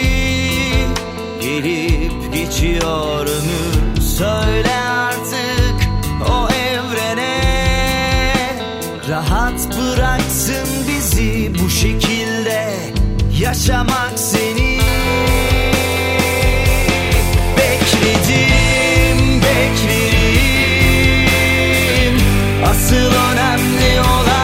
Gelip geçiyor ömür, söyle artık o evrene. Rahat bıraksın bizi, bu şekilde yaşamak seni. Bekledim, beklerim. Asıl önemli olan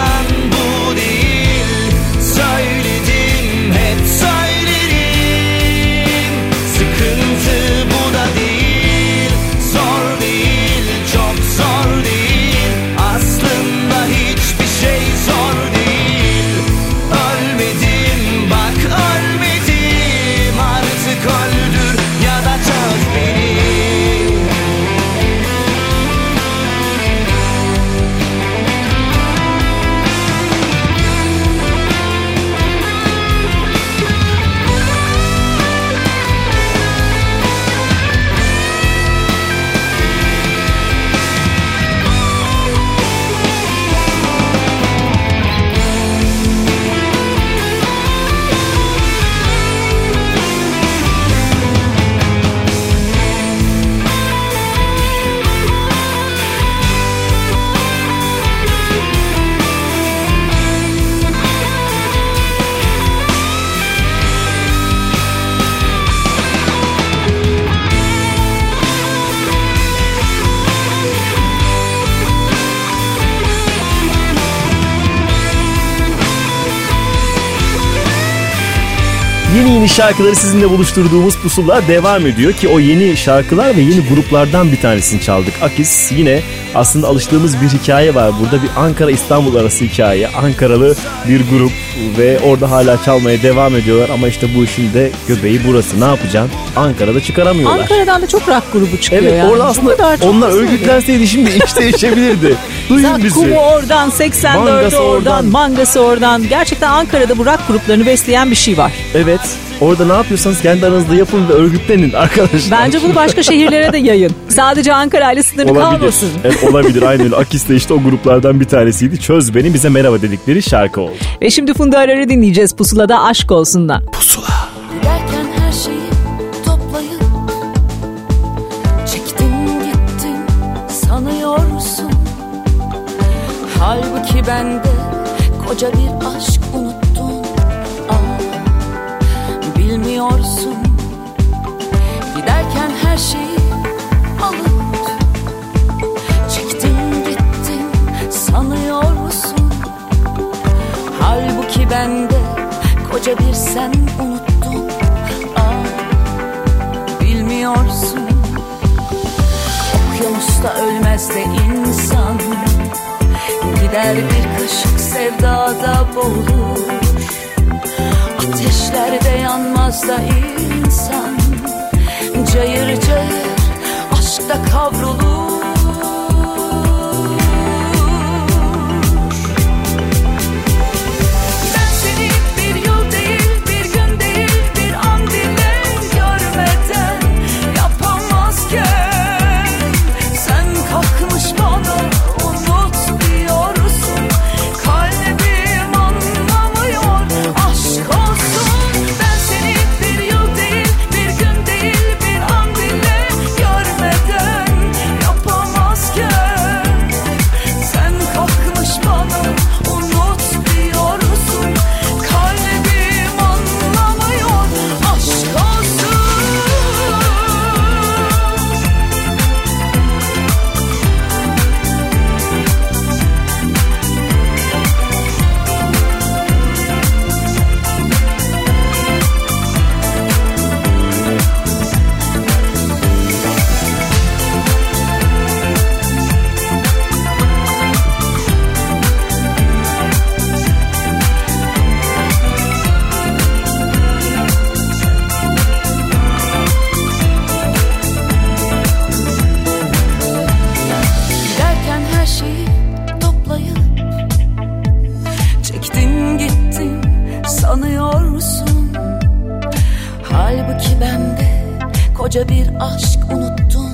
Yeni şarkıları sizinle buluşturduğumuz pusula devam ediyor ki o yeni şarkılar ve yeni gruplardan bir tanesini çaldık. Akis yine aslında alıştığımız bir hikaye var. Burada bir Ankara-İstanbul arası hikaye. Ankaralı bir grup ve orada hala çalmaya devam ediyorlar ama işte bu işin de göbeği burası. Ne yapacaksın? Ankara'da çıkaramıyorlar. Ankara'dan da çok rock grubu çıkıyor evet, yani. Evet orada aslında onlar örgütlenseydi şimdi iş değişebilirdi. Duyun bizi. Zakkumu oradan, 84'ü oradan, Mangası oradan. Gerçekten Ankara'da bu rock gruplarını besleyen bir şey var. Evet. Orada ne yapıyorsanız kendi aranızda yapın ve örgütlenin arkadaşlar. Bence bunu başka şehirlere de yayın. Sadece Ankara ile sınırlı kalmasın. Evet, olabilir. Aynen öyle. Akis de işte o gruplardan bir tanesiydi. Çöz Beni bize merhaba dedikleri şarkı oldu. Ve şimdi Funda Arar'ı dinleyeceğiz Pusula'da Aşk Olsun'dan. Pusula. Giderken her şeyi toplayıp çektin gittin sanıyorsun. Halbuki bende koca bir aşk unuttun. Bilmiyorsun. Giderken her şeyi alıp çektin gittin sanıyorsun. Halbuki bende koca bir sen unuttun. Bilmiyorsun. Okyanusta ölmez de insan, gider bir kaşık sevdada boğulur. Ateşlerde yanmaz da insan, cayır cayır aşkta kavrulur. Ben seni bir yıl değil, bir gün değil, bir an bile görmeden yapamazken, sen kalkmış bana unut diyorsun. Kalbim anlamıyor, aşk olsun. Ben seni bir yıl değil, bir gün değil, bir an bile görmeden yapamazken, sen kalkmış bana unut diyorsun. Kalbim anlamıyor, aşk olsun. Giderken her şeyi toplayıp çektin gittin sanıyorsun. Halbuki bende koca bir aşk unuttun.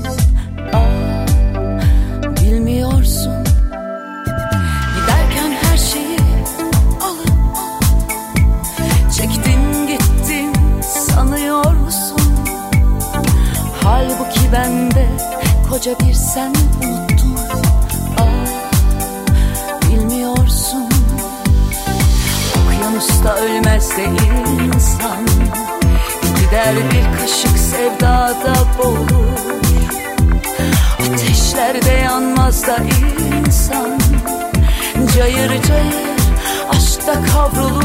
Bilmiyorsun. Giderken her şeyi alıp çektin gittin sanıyorsun. Halbuki bende koca bir sen unuttun. Bilmiyorsun. Okyanusta ölmez de insan, gider bir kaşık sevdada boğulur. Ateşlerde yanmaz da insan, cayır cayır aşkta kavrulur.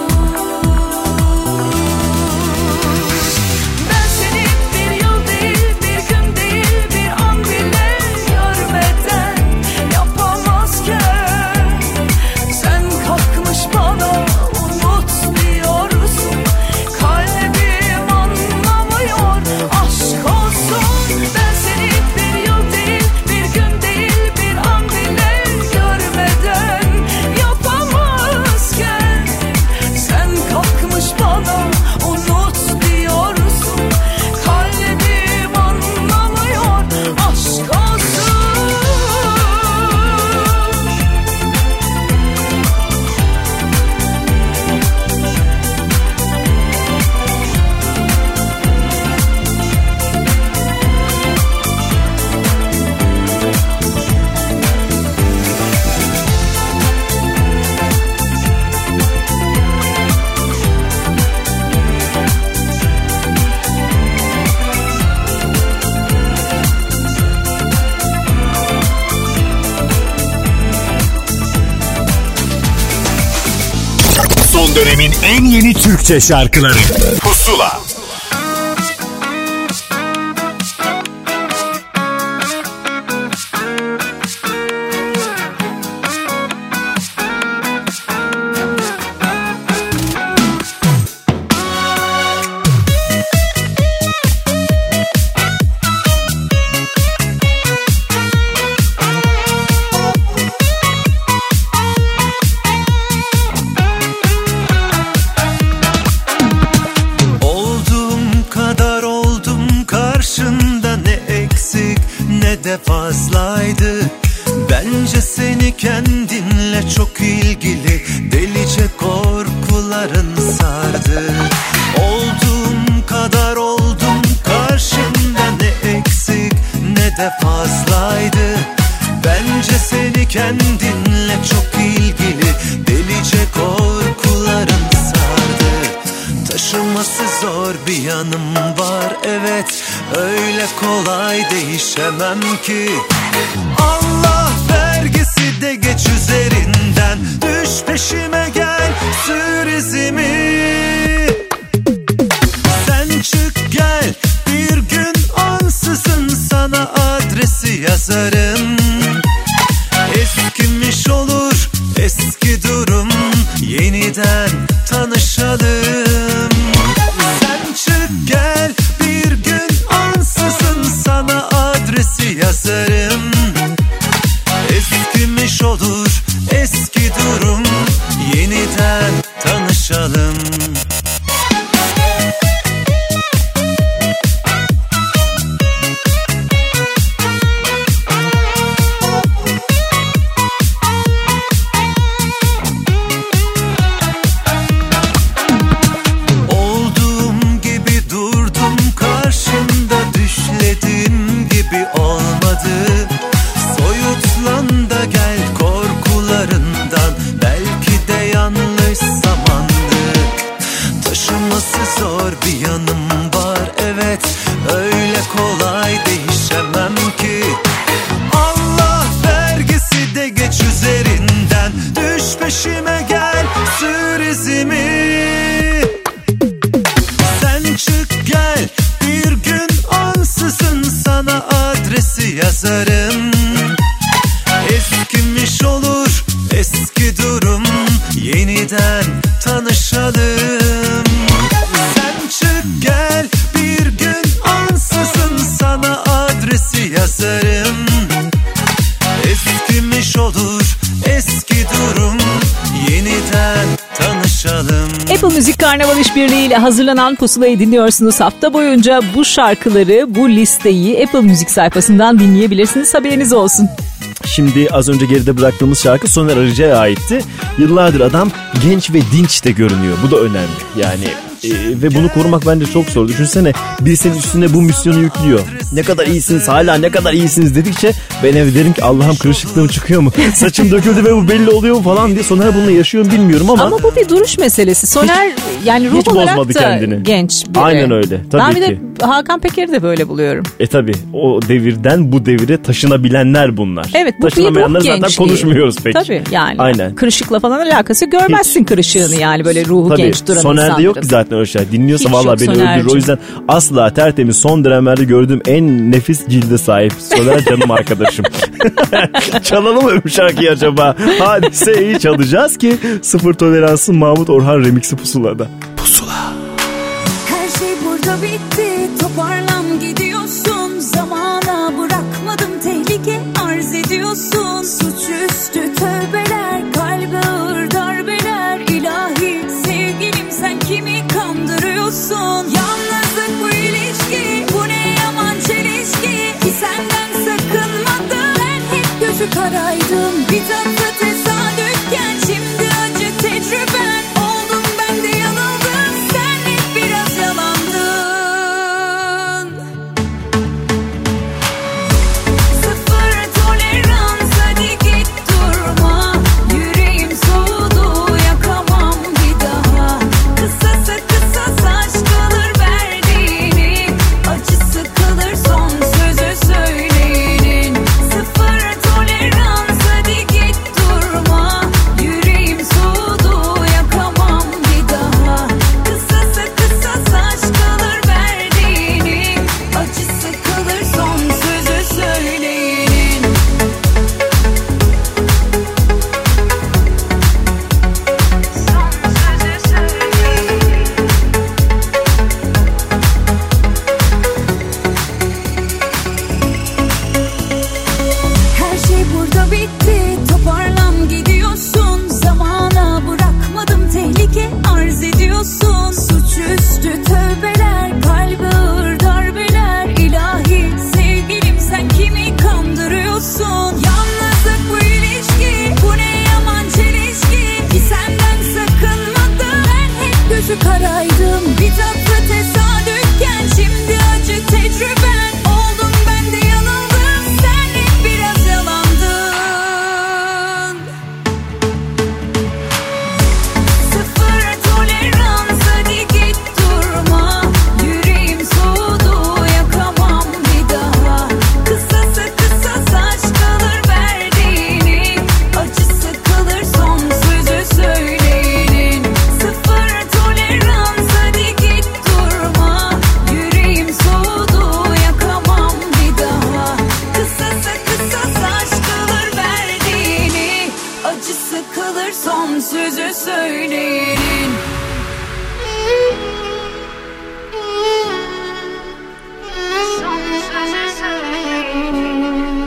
Ben seni bir yıl değil, bir gün değil, bir an bile görmeden yapamazken, sen kalkmış bana unut diyorsun. Kalbim anlamıyor, aşk olsun. Ben seni bir yıl değil, bir gün değil, bir an bile görmeden yapamazken, sen kalkmış bana unut diyorsun. Kalbim anlamıyor, aşk olsun. Son dönemin en yeni Türkçe şarkıları Pusula. Pusula. Fazlaydı. Bence seni kendinle çok ilgili delice korkuların sardı. Olduğum kadar oldum karşımda, ne eksik ne de fazlaydı. Bence seni kendinle çok ilgili delice korkuların sardı. Taşıması zor bir yanım var, evet, öyle kolay değişemem ki. Allah vergisi de geç üzerinden, düş peşime gel, sür izimi. Sen çık gel, bir gün ansızın sana adresi yazarım. Eskimiş olur eski durum, yeniden tanışalım. Sen çık gel, bir gün ansızın sana adresi yazarım. Eskimiş olur eski durum, yeniden tanışalım. Zor bir yanım var, evet, öyle kolay değişemem ki. Allah vergisi de geç üzerinden, düş peşime gel, sür izimi. Sen çık gel, bir gün ansızın sana adresi yazarım. Eskimiş olur eski durum, yeniden tanışalım. Çık gel, bir gün ansızın sana adresi yazarım. Eskimiş olur eski durum, yeniden tanışalım. Apple Müzik Karnaval İşbirliği ile hazırlanan Pusula'yı dinliyorsunuz. Hafta boyunca bu şarkıları, bu listeyi Apple Müzik sayfasından dinleyebilirsiniz. Haberiniz olsun. Şimdi az önce geride bıraktığımız şarkı Soner Arıcı'ya aitti. Yıllardır adam genç ve dinç de görünüyor. Bu da önemli. Yani ve bunu korumak bence çok zor. Düşünsene, biri senin üstüne bu misyonu yüklüyor. Ne kadar iyisiniz, hala ne kadar iyisiniz dedikçe ben evde derim ki Allah'ım kırışıklığım çıkıyor mu? Saçım döküldü ve bu belli oluyor mu falan diye. Soner bununla yaşıyor mu bilmiyorum ama. Ama bu bir duruş meselesi. Soner yani ruh olarak da kendini genç biri. Aynen öyle. Tabii ben bir ki. de Hakan Peker'i de böyle buluyorum. Tabii o devirden bu devire taşınabilenler bunlar. Evet, bu taşınamayanları bir ruh zaten gençliği. konuşmuyoruz pek. Tabii yani. Aynen. Kırışıkla falan alakası görmezsin. Hiç. Kırışığını yani böyle ruhu tabii, genç duran Soner'de insanların. yok ki zaten öyle şey. Dinliyorsa hiç vallahi beni Soner'cim. öldürür. O yüzden asla tertemiz, son dönemlerde gördüğüm en nefis cilde sahip Soner canım arkadaşım. Çalalım mı bu şarkıyı acaba? Hadiseyi çalacağız ki Sıfır Tolerans'ın Mahmut Orhan remixi Pusula'da. Pusula. Her şey burada bitti, toparlan gidiyorsun. Zamana bırakmadım, tehlike arz ediyorsun. Suçüstü tövbeler, kalbe ağır darbeler. İlahi sevgilim, sen kimi kandırıyorsun? Yalnızlık bu ilişki, bu ne yaman çelişki. Ki senden sakınmadım, ben hep gözü karaydım. Bir tatlı tesadüfken şimdi acı tecrüben. Oldum ben de yanıldım, sen hep biraz yalandın. acısı kalır son sözü söyleyenin. Son sözü söyleyenin.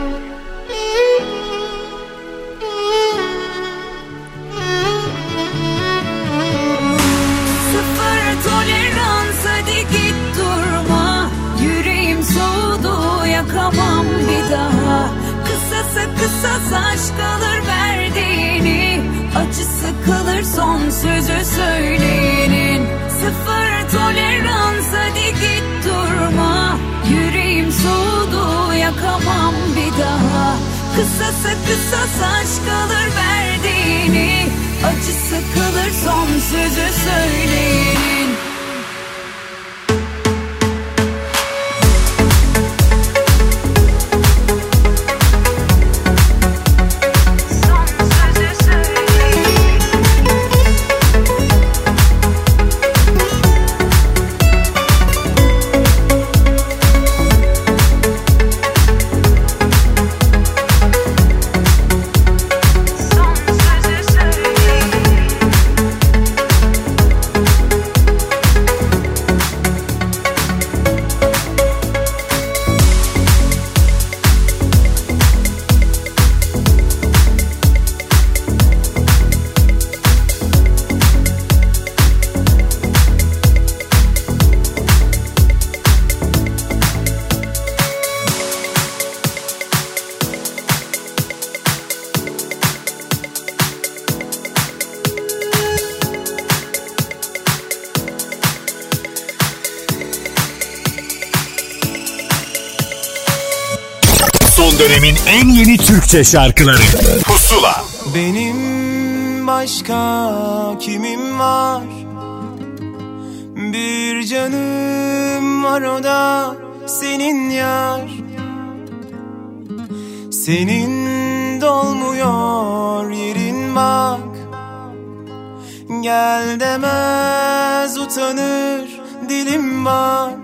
Sıfır tolerans, hadi git durma. Yüreğim soğudu, yakamam bir daha. Kısası kısas aşk alır verdiğini, acısı kalır son sözü söyleyenin. Sıfır tolerans, hadi git durma. Yüreğim soğudu, yakamam bir daha. Kısası kısas aşk alır verdiğini, acısı kalır son sözü söyleyenin. Son dönemin en yeni Türkçe şarkıları Pusula. Benim başka kimim var? Bir canım var, o da senin yar. Senin dolmuyor yerin bak. Gel demez utanır dilim bak.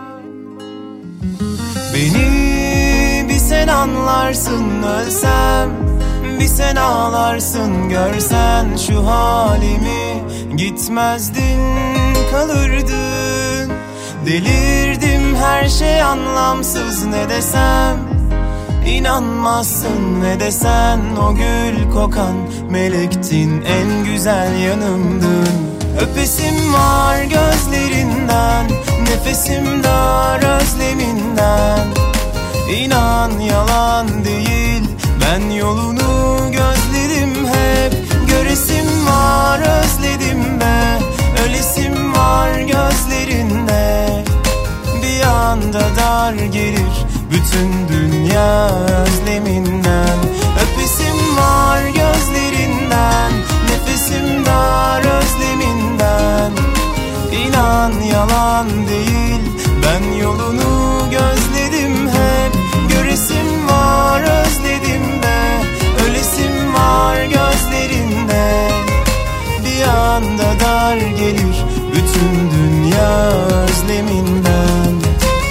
Beni bir sen anlarsın, ölsem bir sen ağlarsın. Görsen şu halimi gitmezdin, kalırdın. Delirdim, her şey anlamsız, ne desem İnanmazsın, ne desen o gül kokan melektin, en güzel yanımdın. Öpesim var gözlerinden, nefesim dar özleminden. İnan yalan değil, ben yolunu gözledim hep. Göresim var, özledim be, ölesim var gözlerinde. Bir anda dar gelir bütün dünya özleminden. Öpesim var gözlerinden, nefesim dar özleminden. İnan yalan değil, ben yolunu gözledim hep. Göresim var, özledim de, ölesim var gözlerinde. Bir anda dar gelir bütün dünya özleminden.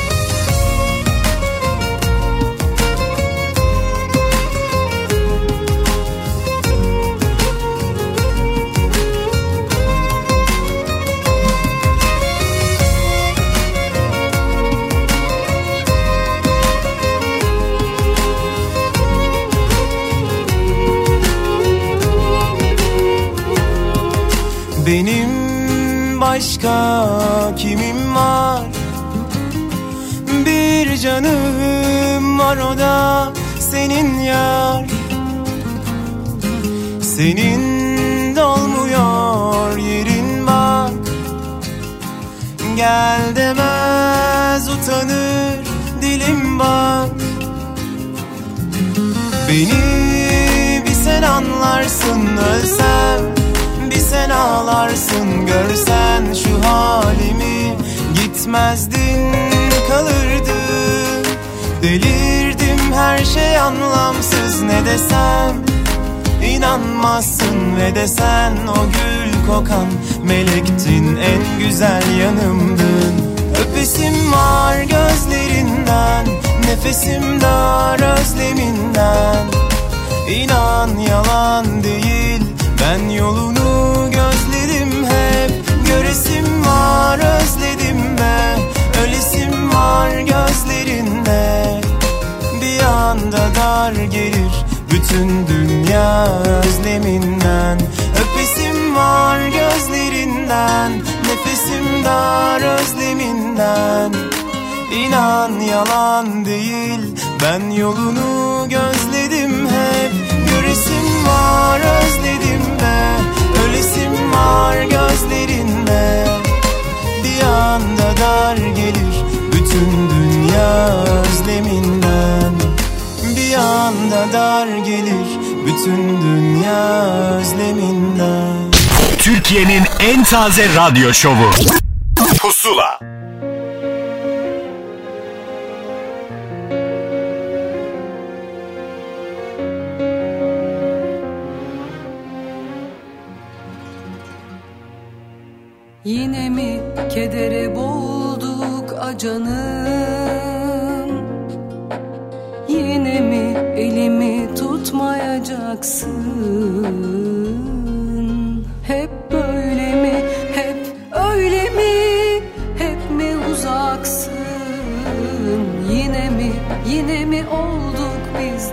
Benim başka kimim var? Bir canım var, o da senin yar. Senin dolmuyor yerin bak. Gel demez utanır dilim bak. Beni bir sen anlarsın, ölsem bir sen ağlarsın. Görsen şu halimi gitmezdin, kalırdın. Delirdim, her şey anlamsız, ne desem İnanmazsın, ve desen o gül kokan melektin, en güzel yanımdın. Öpesim var gözlerinden, nefesim dar özleminden. İnan yalan değil, ben yolunu gözledim hep. Göresim var özledimde, ölesim var gözlerinde. Bir anda dar gelir bütün dünya özleminden. Öpesim var gözlerinden, nefesim dar özleminden. İnan yalan değil, ben yolunu gözledim hep. Göresim var özledimde, ölesim var gözlerinde. Bir anda dar gelir bütün dünya özleminden. Bir anda dar gelir bütün dünya özleminden. Türkiye'nin en taze radyo şovu Pusula. Yine mi kedere boğulduk acanım? Yine mi elimi tutmayacaksın? Hep böyle mi, hep öyle mi, hep mi uzaksın? Yine mi olduk biz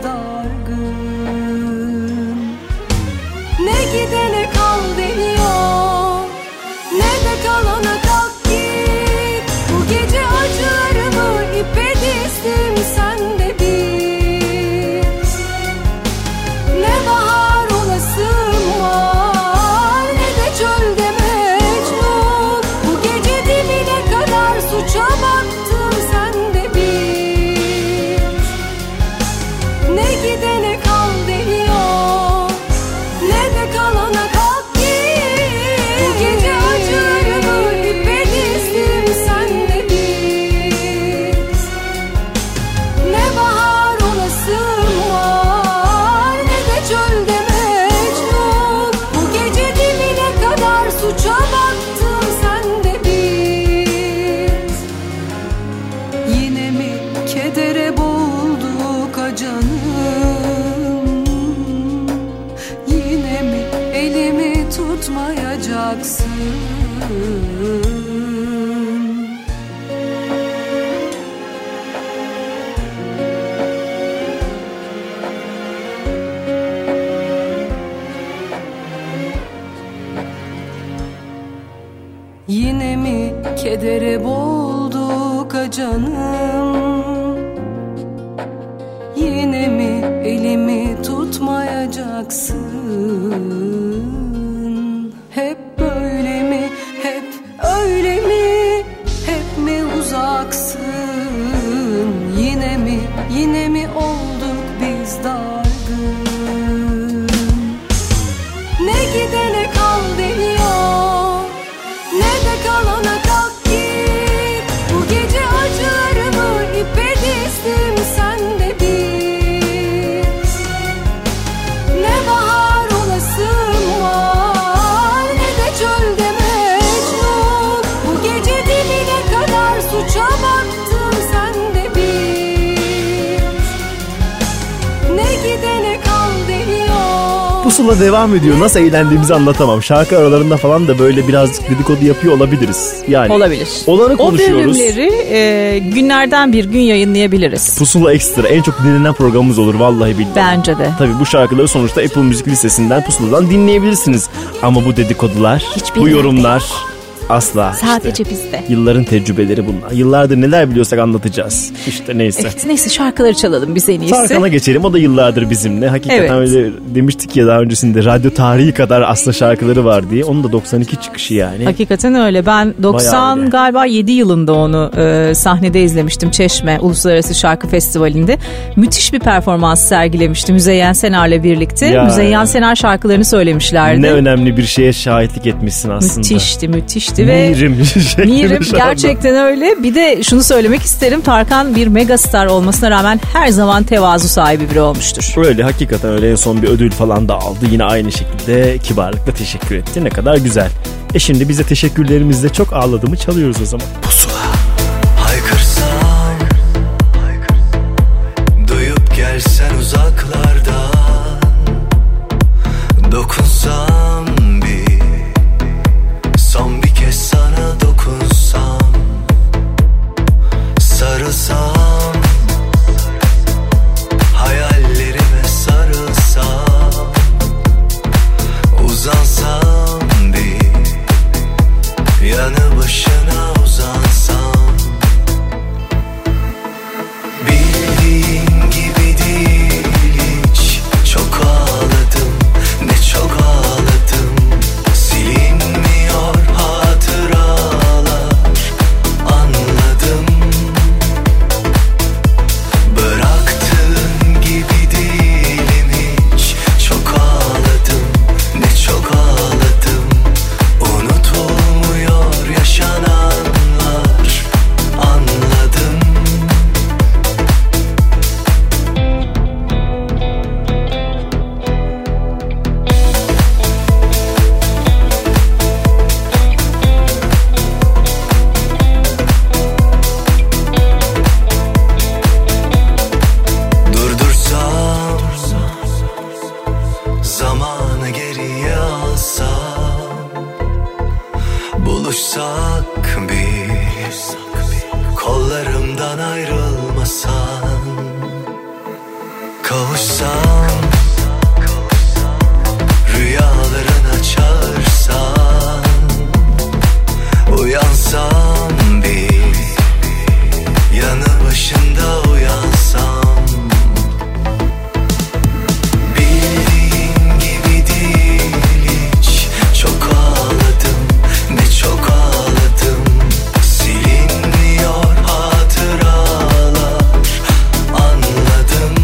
dargın? Ne gidene kal deniyor, ne de kalana kalk git. Bu gece acılarımı ipe dizdim, sen de bil. Ne bahar olasım var, ne de çölde Mecnun. Bu gece dibine kadar suça baktım, sen de bil. Ne gidene kal deniyor, ne de kalana kalk git. Bu gece acılarımı ipe dizdim, sen de bil. Ne bahar olasım var, ne de çölde Mecnun. Bu gece dibine kadar suça baktım, sen de bil. Yine mi kedere boğulduk acanım? Yine mi elimi tutmayacaksın? Yine mi kedere boğulduk acanım? Yine mi elimi tutmayacaksın? Hep böyle mi, hep öyle mi, hep mi uzaksın? Yine mi olduk biz dargın? Ne gidene kal deniyor, ne de kalana kalk git. Bu gece acılarımı ipe dizdim, sen de bil. Ne bahar olasım var, ne de çölde Mecnun. Bu gece dibine kadar suça baktım, sen de bil. Ne gidene kal deniyor. Pusula devam ediyor. Nasıl eğlendiğimizi anlatamam. Şarkı aralarında falan da böyle birazcık dedikodu yapıyor olabiliriz. Yani olabilir. Olanı konuşuyoruz. O bölümleri günlerden bir gün yayınlayabiliriz. Pusula Ekstra en çok dinlenen programımız olur vallahi billahi. Bence de. Tabii bu şarkıları sonuçta Apple Müzik listesinden, Pusula'dan dinleyebilirsiniz. Ama bu dedikodular, bu yorumlar asla. Sadece işte, bizde. Yılların tecrübeleri bunlar. Yıllardır neler biliyorsak anlatacağız. İşte neyse. Evet, neyse şarkıları çalalım biz en iyisi. Tarkan'a geçelim. O da yıllardır bizimle. Hakikaten öyle demiştik ya daha öncesinde. Radyo tarihi kadar aslında şarkıları var diye. Onun da 92 çıkışı yani. Hakikaten öyle. Ben 90 galiba 7 yılında onu sahnede izlemiştim. Çeşme Uluslararası Şarkı Festivali'nde. Müthiş bir performans sergilemişti Müzeyyen Senar'la birlikte. Ya. Müzeyyen Senar şarkılarını söylemişlerdi. Ne önemli bir şeye şahitlik etmişsin aslında. Müthişti ve Mirim gerçekten öyle. Bir de şunu söylemek isterim. Tarkan bir megastar olmasına rağmen her zaman tevazu sahibi biri olmuştur. Öyle hakikaten öyle. En son bir ödül falan da aldı. Yine aynı şekilde kibarlıkla teşekkür etti. Ne kadar güzel. Şimdi bize teşekkürlerimizle çok ağladığımı çalıyoruz o zaman. Pusula haykırsan, duyup gelsen uzaklarda, dokunsam bir, son bir kez sana dokunsam, sarılsam, hayallerime sarılsam, uzansam bir, yanı başına uzansam. Bildiğin gibi değil hiç, çok ağladım, ne çok ağladım. Silinmiyor hatıralar, anladım. Bıraktığın gibi değilim hiç, çok ağladım, ne çok ağladım. Unutulmuyor yaşananlar, anladım. Durdursam, zamanı geriye alsam, buluşsak bir, kollarımdan ayrılmasan, kavuşsam, rüyalarına çağırsan, uyansam bir, yanı başında uyansam. Bildiğin gibi değil hiç, çok ağladım, ne çok ağladım. Silinmiyor hatıralar, anladım.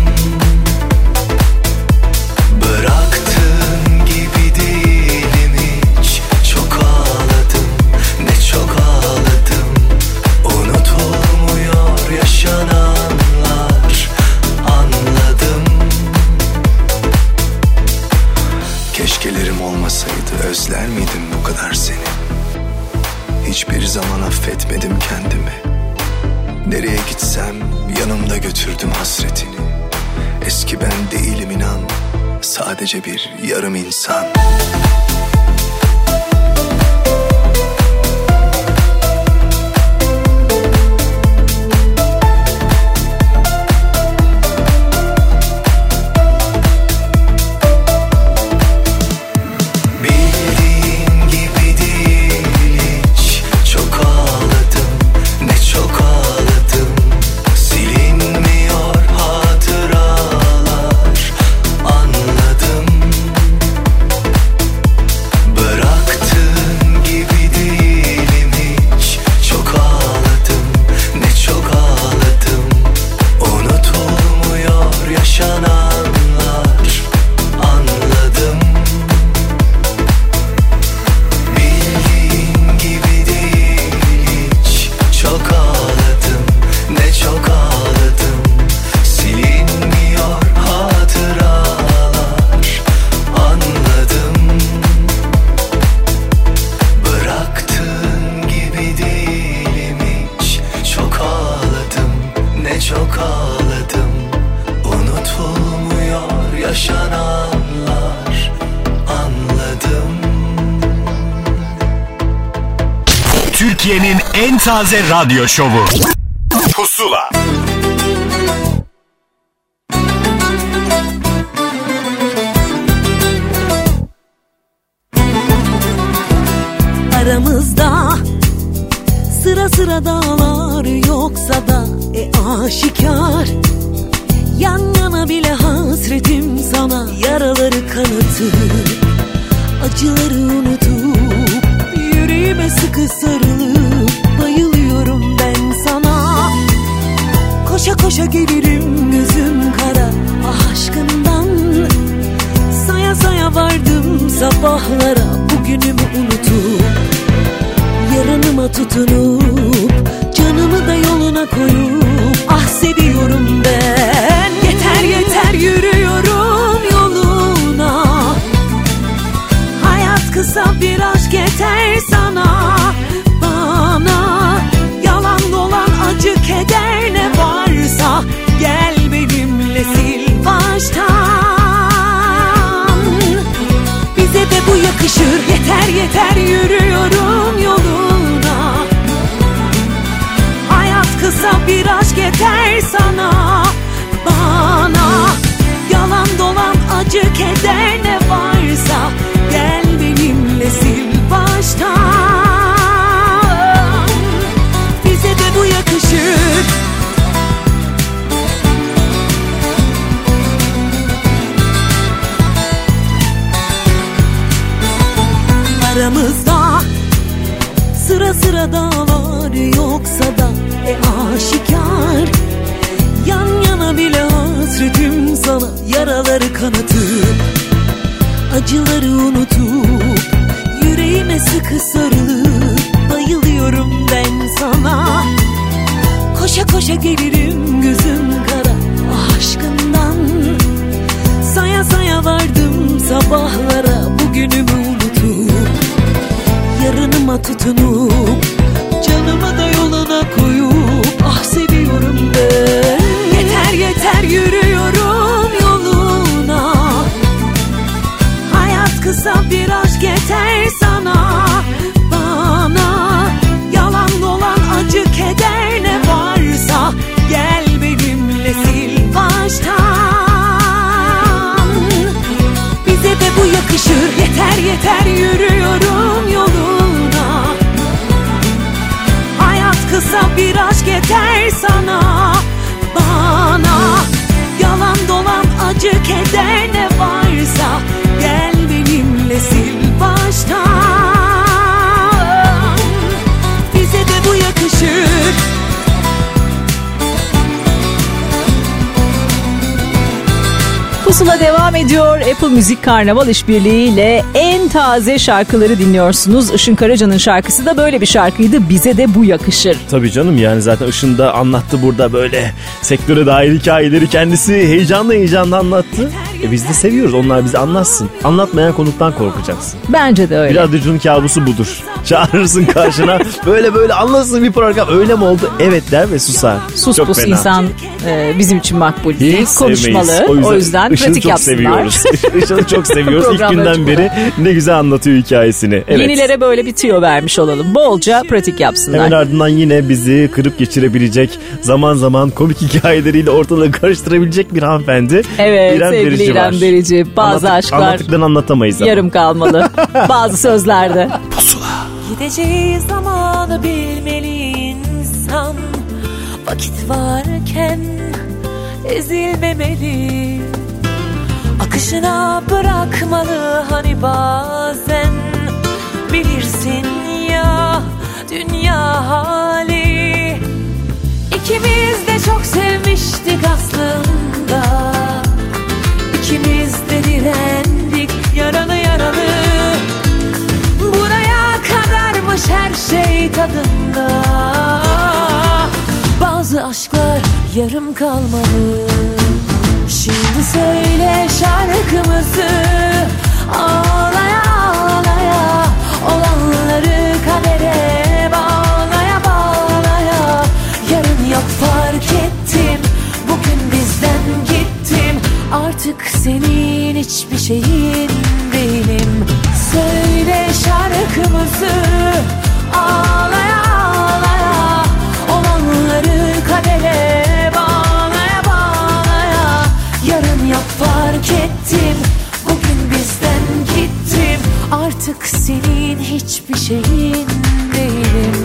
Bıraktığın gibi değilim hiç, çok ağladım, ne çok ağladım. Unutulmuyor yaşananlar, anladım. Keşkelerim olmasaydı özler miydim bu kadar seni? Hiçbir zaman affetmedim kendimi. Nereye gitsem yanımda götürdüm hasretini. Eski ben değilim inan, sadece bir yarım insan. Bildiğin gibi değil hiç, çok ağladım, ne çok ağladım. Silinmiyor hatıralar, anladım. Bıraktığın gibi değilim hiç, çok ağladım, ne çok ağladım. Unutulmuyor yaşananlar, anladım. Bildiğin gibi değil hiç, çok ağladım, ne çok ağladım. Silinmiyor hatıralar, anladım. Bıraktığın gibi değilim hiç, çok ağladım, ne çok ağladım. Unutulmuyor yaşananlar, anladım. Türkiye'nin en taze radyo şovu. Pusula. Aramızda sıra sıra dağlar yoksa da aşikar. Yan yana bile hasretim sana, yaraları kanatıp acıları unutup yüreğime sıkı sarılıp bayılıyorum ben sana. Koşa koşa gelirim gözüm kara aşkından, saya saya vardım sabahlara. Bugünümü unutup yarınıma tutunup canımı da yoluna koyup ah seviyorum ben. Yeter yeter yürüyorum yoluna, hayat kısa bir aşk yeter sana. Bana yalan dolan acı keder ne varsa gel benimle sil baştan. Biz yeter yürüyorum yoluna. Hayat kısa bir aşk yeter sana, bana. Yalan dolan acı keder ne varsa gel benimle sil baştan. Bize de bu yakışır. Aramızda sıra sıra dağlar yoksa da aşikar. Yan yana bile hasretim sana, yaraları kanatıp acıları unutup yüreğime sıkı sarılıp bayılıyorum ben sana. Koşa koşa gelirim gözüm kara aşkından. Saya saya vardım sabahlara, bugünümü unutup yarınıma tutunup canımı da yoluna koyup ah seviyorum ben. Yeter yeter yürüyorum yoluna. Hayat kısa bir aşk yeter sana, bana. Yalan dolan acı keder ne varsa gel benimle sil baştan. Bize de bu yakışır. Yeter yeter yürüyorum yoluna. Hayat kısa bir aşk yeter sana, bana. Yalan dolan acı keder ne varsa gel benimle sil baştan. Bize de bu yakışır. Pusula devam ediyor. Apple Müzik Karnaval işbirliğiyle en taze şarkıları dinliyorsunuz. Işın Karaca'nın şarkısı da böyle bir şarkıydı. Bize de bu yakışır. Tabii canım, yani zaten Işın da anlattı burada böyle sektöre dair hikayeleri, kendisi heyecanla anlattı. Biz de seviyoruz, onlar bizi anlatsın. Anlatmayan konuktan korkacaksın. Bence de öyle. Bir radyocunun kabusu budur. Çağırırsın karşına böyle anlatsın bir program, öyle mi oldu? Evet der ve susar. Sus çok pus fena. insan bizim için makbul değil. Hiç konuşmalı. sevmeyiz. O yüzden Işın'ı pratik çok yapsınlar. seviyoruz. Işın'ı çok seviyoruz. İlk günden beri ne güzel anlatıyor hikayesini. Evet. Yenilere böyle bir tüyo vermiş olalım. Bolca pratik yapsınlar. Hemen ardından yine bizi kırıp geçirebilecek, zaman zaman komik hikayeleriyle ortalığı karıştırabilecek bir hanımefendi. Evet, İrem sevgili Derici İrem var. Derici. Bazı aşklar anlattıklarını anlatamayız ama. yarım kalmalı. Bazı sözlerde. Pusula. Gideceği zamanı bilmeli insan. Vakit varken ezilmemeli. Akışına bırakmalı hani bazen. Bilirsin ya dünya hali. İkimiz de çok sevmiştik aslında. İkimiz de direndik yaralı yaralı. Buraya kadarmış her şey tadında. Bazı aşklar yarım kalmalı. Şimdi söyle şarkımızı. Ağlaya ağlaya olanları kadere bağlaya bağlaya. Yarın yok fark ettim, bugün bizden gittim. Artık senin hiçbir şeyin değilim. Söyle şarkımızı. Ağlaya ağlaya olanları kadere bağlaya bağlaya. Yarın yok fark ettim, bugün bizden gittim. Artık senin hiçbir şeyin değilim.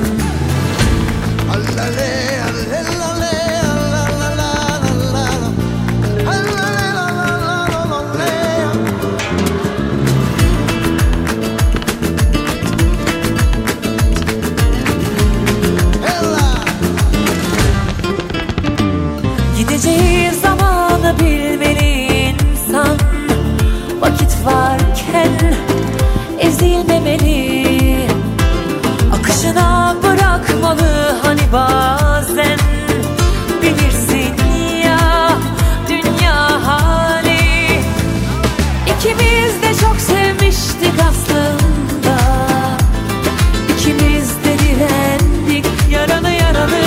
Gideceği zamanı bilmeli insan. Vakit varken ezilmemeli. Akışına bırakmalı hani bazen. Bilirsin ya dünya hali. İkimiz de çok sevmiştik aslında. İkimiz de direndik yaralı yaralı.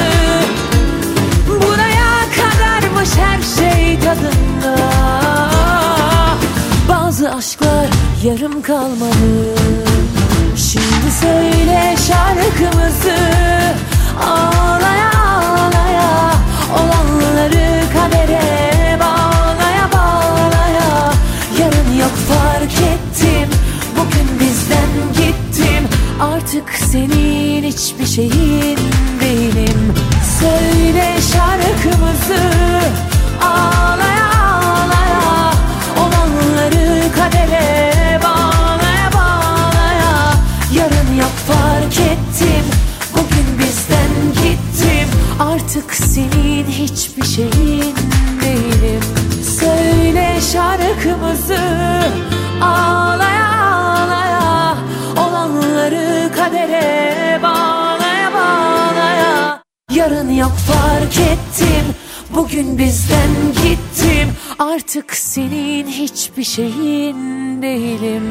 Her şey tadında. Bazı aşklar yarım kalmalı. Şimdi söyle şarkımızı, ağlaya ağlaya, olanları kadere bağlaya bağlaya. Yarın yok fark ettim, bugün bizden gittim, artık senin hiçbir şeyin değilim. Söyle şarkımızı, ağlaya ağlaya, olanları kadere bağlaya bağlaya. Yarın yok fark ettim, bugün bizden gittim, artık senin hiçbir şeyin değilim. Söyle şarkımızı, ağlaya ağlaya, olanları kadere bağlaya bağlaya. Yarın yok fark ettim, bugün bizden gittim, artık senin hiçbir şeyin değilim.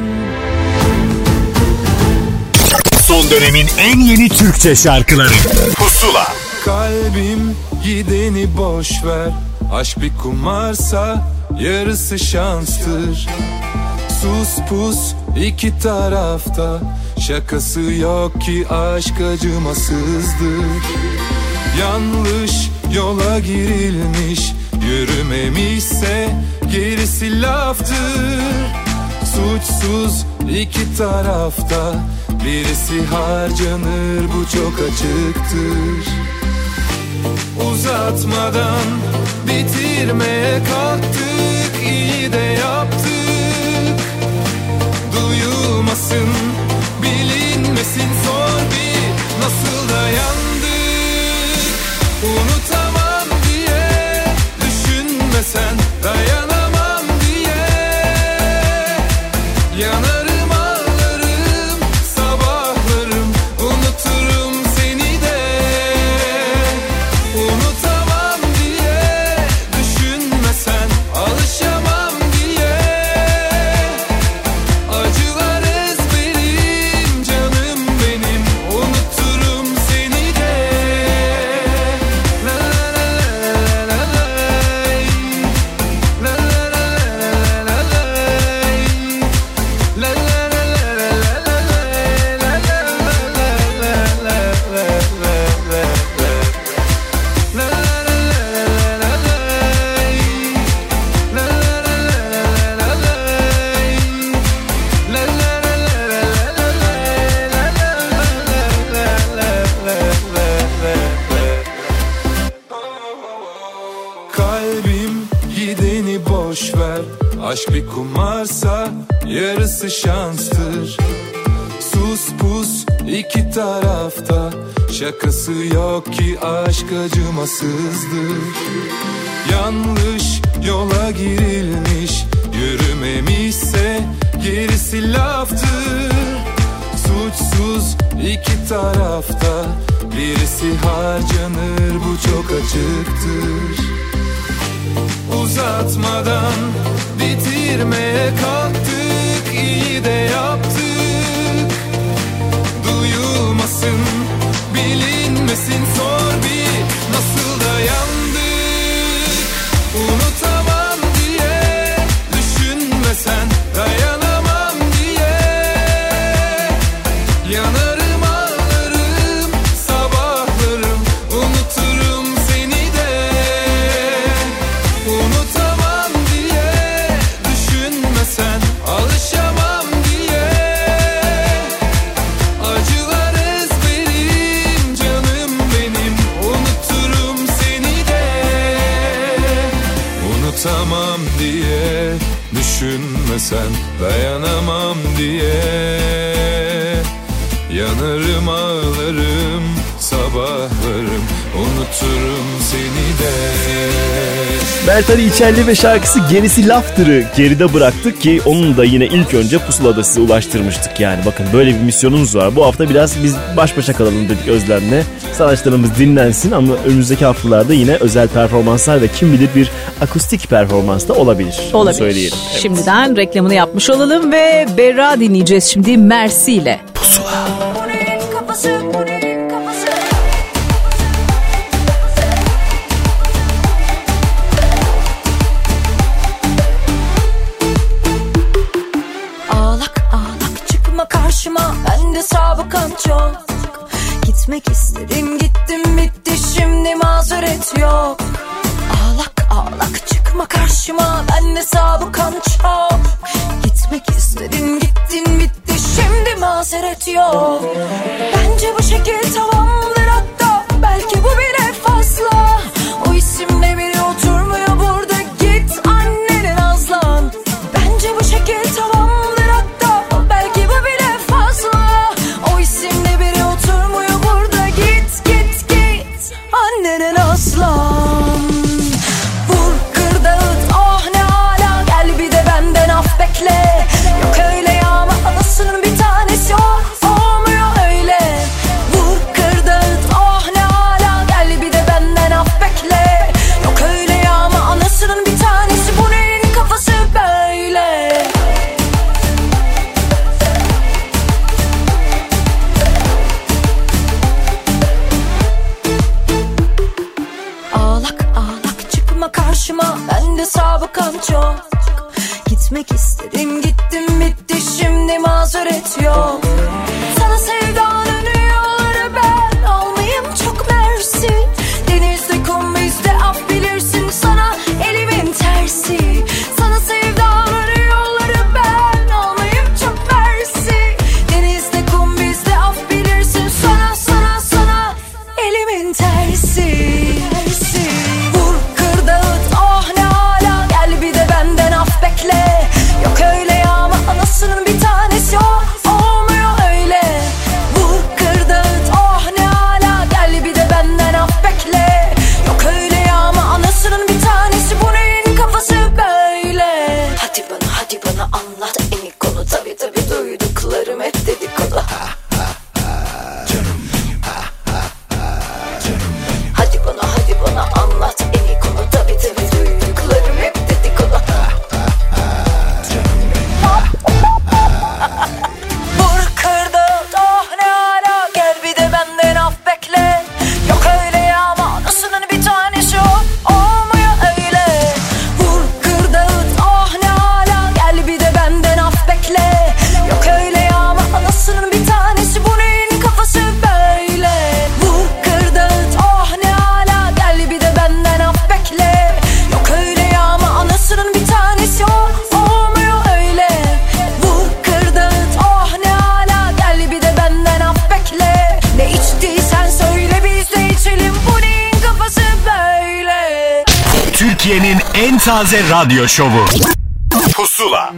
Son dönemin en yeni Türkçe şarkıları Pusula. Kalbim gideni boş ver, aşk bir kumarsa yarısı şanstır. Sus pus iki tarafta, şakası yok ki aşk acımasızdır. Yanlış yola girilmiş, yürümemişse gerisi laftır. Suçsuz iki tarafta, birisi harcanır, bu çok açıktır. Uzatmadan bitirmeye kalktık, iyi de yaptık. Duyulmasın, bilinmesin, zor bir nasıl dayandık. Unutamam diye düşünmesen, dayanamam diye yanarım, ağlarım, sabahlarım, unuturum seni de. Unutamam diye düşünmesen, alışamam diye acılar ezberim, canım benim, unuturum seni de. La la la la la lay. La la la la la lay. La la la la la lay. La la la la la lay. La la la la lay. La la la la lay. La la la la. Kalbim gideni boş ver, aşk bir kumarsa yarısı şanstır. Sus pus iki tarafta, şakası yok ki aşk acımasızdır. Yanlış yola girilmiş, yürümemişse gerisi laftır. Suçsuz iki tarafta, birisi harcanır, bu çok açıktır. Uzatmadan bitirmeye kalktık, iyi de yaptık. Duyulmasın, bilinmesin, zor bir nasıl dayandık. Unutamam diye düşünmesen, dayanamam diye yanarım, ağlarım, sabahlarım, unuturum seni de. Unutamam diye düşünmesen, alışamam diye acılar ezberim, canım benim, unuturum seni de. Unutamam diye düşünmesen, dayanamam diye yanarım, ağlarım, sabahlarım, unuturum seni de. Mert Ali İçerli ve şarkısı Gerisi Laftır'ı geride bıraktık ki onun da yine ilk önce Pusula'da size ulaştırmıştık yani. Bakın böyle bir misyonumuz var. Bu hafta biraz biz baş başa kalalım dedik Özlem'le. Sanatçılarımız dinlensin ama önümüzdeki haftalarda yine özel performanslar ve kim bilir bir akustik performans da olabilir. Olabilir. Söyleyelim. Evet. Şimdiden reklamını yapmış olalım ve Berra dinleyeceğiz şimdi Mersi ile. Pusula. karşıma, bende sabıkan çok. Gitmek istedim gittim bitti, şimdi mazeret yok. Ağlak ağlak çıkma karşıma, bende sabıkan çok. Gitmek istedim gittin bitti, şimdi mazeret yok. Bence bu şekil tamamdır, hatta belki bu bile fazla. O isimle biri oturmuyor burada, git annene nazlan. Bence bu şekil tamamdır, hatta belki bu bile fazla. O isimle biri oturmuyor burada, git git git annene nazlan. Vur kır dağıt oh ne hala, gel bir de benden af bekle. Yok öyle ya ama anasının bir tanesi o, olmuyor öyle. Vur kır dağıt oh ne hala, gel bir de benden af bekle. Yok öyle ya ama anasının bir tanesi, bu neyin kafası böyle. Ağlak ağlak çıkma karşıma, bende sabıkan çok. Gitmek istedim gittim bitti, şimdi mazeret yok. Sana sevdanın yolları ben almayayım çok mersi. Denizde kum bizde af bilirsin, sana elimin tersi. Sana sevdanın yolları ben almayayım çok mersi. Denizde kum bizde af bilirsin, sana sana sana elimin tersi. Vur kır dağıt oh ne hala, gel bir de benden af bekle. Yok öyle ya ama anasının bir tanesi o, olmuyor öyle. Vur kır dağıt oh ne hala, gel bir de benden af bekle. Yok öyle ya ama anasının bir tanesi, bu neyin kafası böyle. Hadi bana anlat en iyi konu, tabi duyduklarım hep dedikodu. Hadi bana anlat en iyi konu, tabi duyduklarım hep dedikodu. Vur kır dağıt oh ne hala, gel bir de benden af bekle. Yok öyle ya ama anasının bir tanesi o, olmuyor öyle. Vur kır dağıt oh ne hala, gel bir de benden af bekle. Yok öyle ya ama anasının bir tanesi, bu neyin kafası böyle. Vur kır dağıt oh ne hala, gel bir de benden af bekle. Yok öyle ya ama anasının bir tanesi o, olmuyor öyle. Vur kır dağıt oh ne hala, gel bir de benden af bekle. Ne içtiysen söyle biz de içelim, bu neyin kafası böyle. Türkiye'nin en taze radyo şovu Pusula.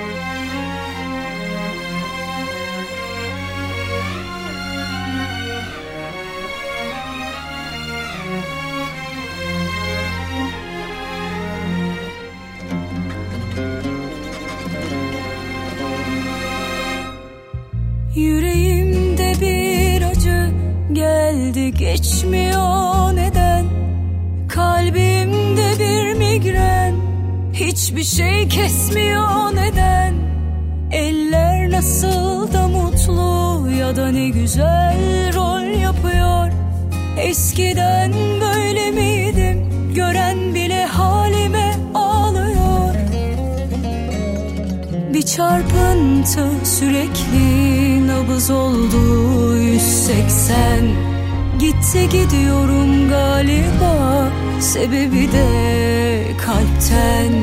Yüreğimde bir acı geldi geçmiyor neden? Kalbimde bir migren, hiçbir şey kesmiyor neden? Eller nasıl da mutlu ya da ne güzel rol yapıyor. Eskiden böyle miydim? Gören bile halime ağlıyor. Bir çarpıntı sürekli nabız oldu 180. Gitti gidiyorum galiba, sebebi de kalpten.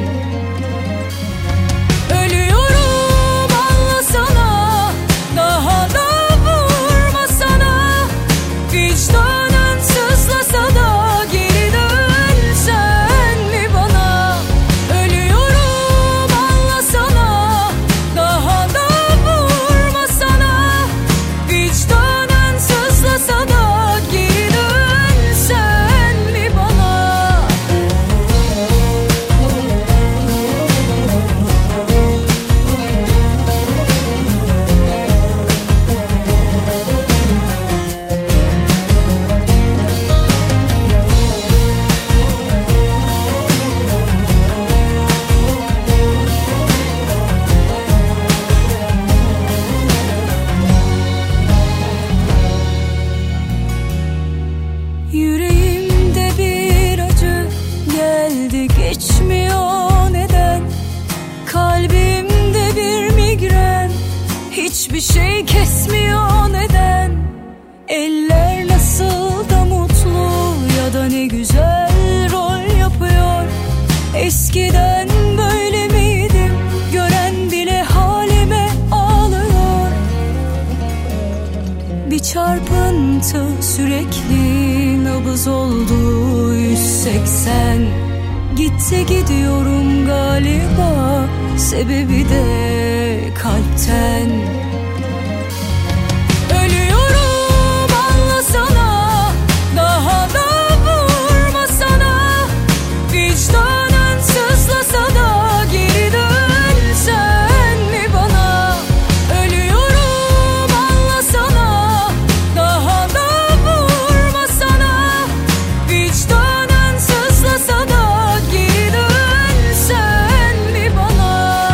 Ölüyorum anlasana, daha da vurmasana. Vicdanın sızlasa da geri dönsen mi bana? Ölüyorum anlasana, daha da vurmasana. Vicdanın sızlasa da geri dönsen mi bana? hiçbir şey kesmiyor neden? Eller nasıl da mutlu ya da ne güzel rol yapıyor. Eskiden böyle miydim? Gören bile halime ağlıyor. Bir çarpıntı sürekli nabız oldu 180. Gitse gidiyorum galiba, sebebi de kalpten. Ölüyorum anlasana, daha da vurmasana. Vicdanın sızlasa da geri dönsen mi bana? Ölüyorum anlasana, daha da vurmasana. Vicdanın sızlasa da geri dönsen mi bana?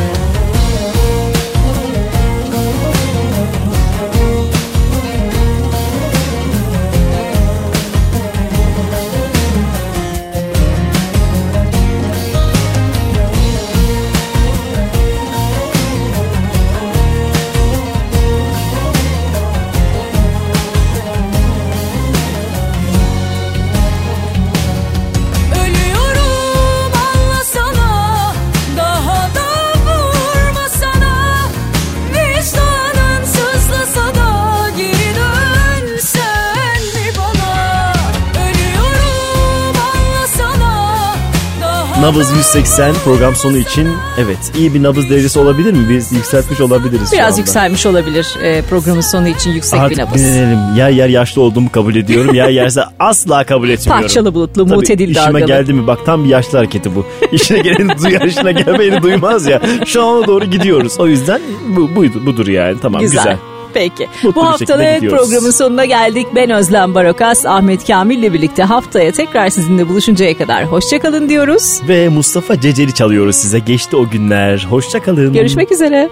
Ölüyorum anlasana, daha da vurmasana. Vicdanın sızlasa da geri dönsen mi bana? Ölüyorum anlasana, daha Nabız 180 program sonu için evet iyi bir nabız derecesi olabilir mi? Biz yükseltmiş olabiliriz şu Biraz anda. yükselmiş olabilir programın sonu için yüksek bir Artık nabız. dinlenelim. Yer yer yaşlı olduğumu kabul ediyorum. Yer yerse asla kabul etmiyorum. Parçalı bulutlu, Tabii, mutedil işime dalgalı. geldi mi? Bak tam bir yaşlı hareketi bu. İşine geleni duyar, işine gelmeyeni duymaz ya. Şu ana doğru gidiyoruz. O yüzden budur yani. Tamam güzel. Peki. Mutlu Bu bir şekilde haftalık gidiyoruz. programın sonuna geldik. Ben Özlem Barokas, Ahmet Kamil ile birlikte haftaya tekrar sizinle buluşuncaya kadar hoşçakalın diyoruz. Ve Mustafa Ceceli çalıyoruz size. Geçti o günler. Hoşçakalın. Görüşmek üzere.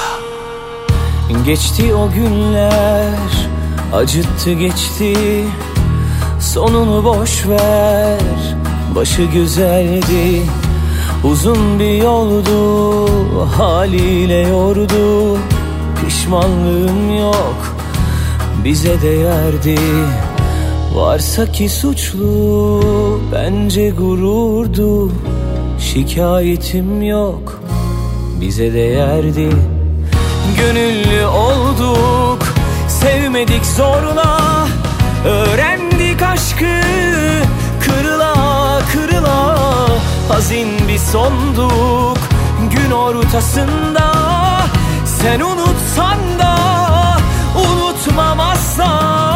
Geçti o günler, acıttı geçti. Sonunu boş ver, başı güzeldi. Uzun bir yoldu, haliyle yordu. Pişmanlığım yok, bize değerdi. Varsa ki suçlu, bence gururdu. Şikayetim yok, bize değerdi. Gönüllü olduk, sevmedik zorla. Öğrendik aşkı, kırıla kırıla. Hazin bir sonduk, gün ortasında. Sen unutsan da unutmam asla.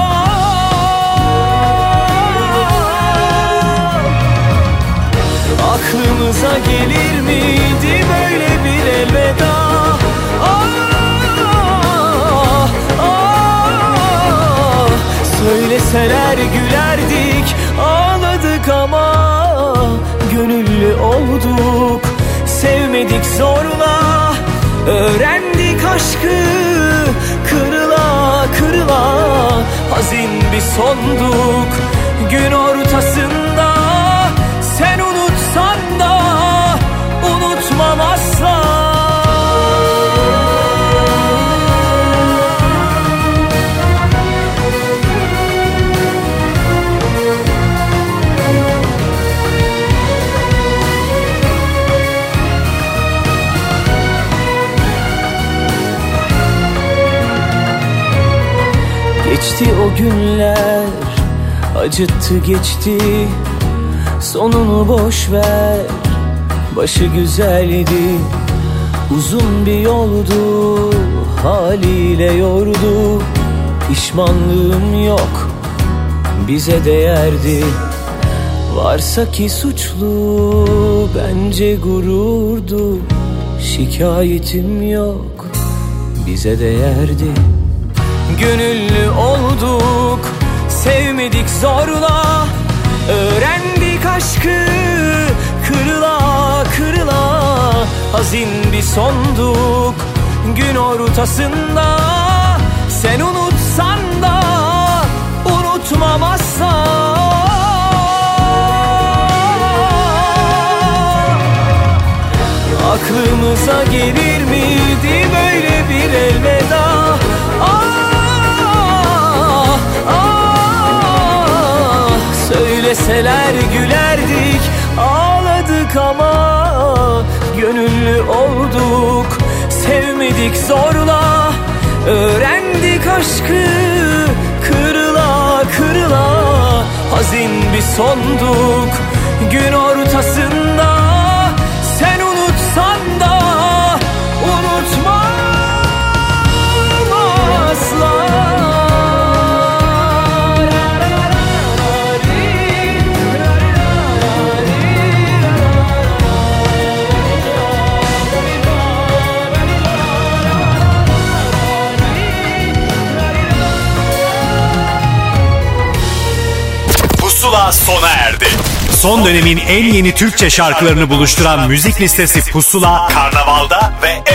Aklımıza gelir miydi böyle bir elveda? Söyleseler gülerdik, ağladık ama gönüllü olduk, sevmedik zorla. Öğrendik aşkı, kırıla kırıla. Hazin bir sonduk, gün ortasında. Sen unutsan da unutmam asla. Geçti o günler, acıttı geçti. Sonunu boş ver, başı güzeldi. Uzun bir yoldu, haliyle yordu. Pişmanlığım yok, bize değerdi. Varsa ki suçlu, bence gururdu. Şikayetim yok, bize değerdi. Gönüllü olduk, sevmedik zorla. Öğrendik aşkı, kırıla kırıla. Hazin bir sonduk, gün ortasında. Sen unutsan da unutmam asla. Aklımıza gelir miydi böyle bir elveda? olduk ama gönüllü olduk. Sevmedik zorla, öğrendik aşkı kırıla kırıla. Hazin bir sonduk gün ortasında. Sen unutsan da unutmam asla. Pusula sona erdi. Son dönemin en yeni Türkçe şarkılarını buluşturan müzik listesi Pusula, Karnaval'da ve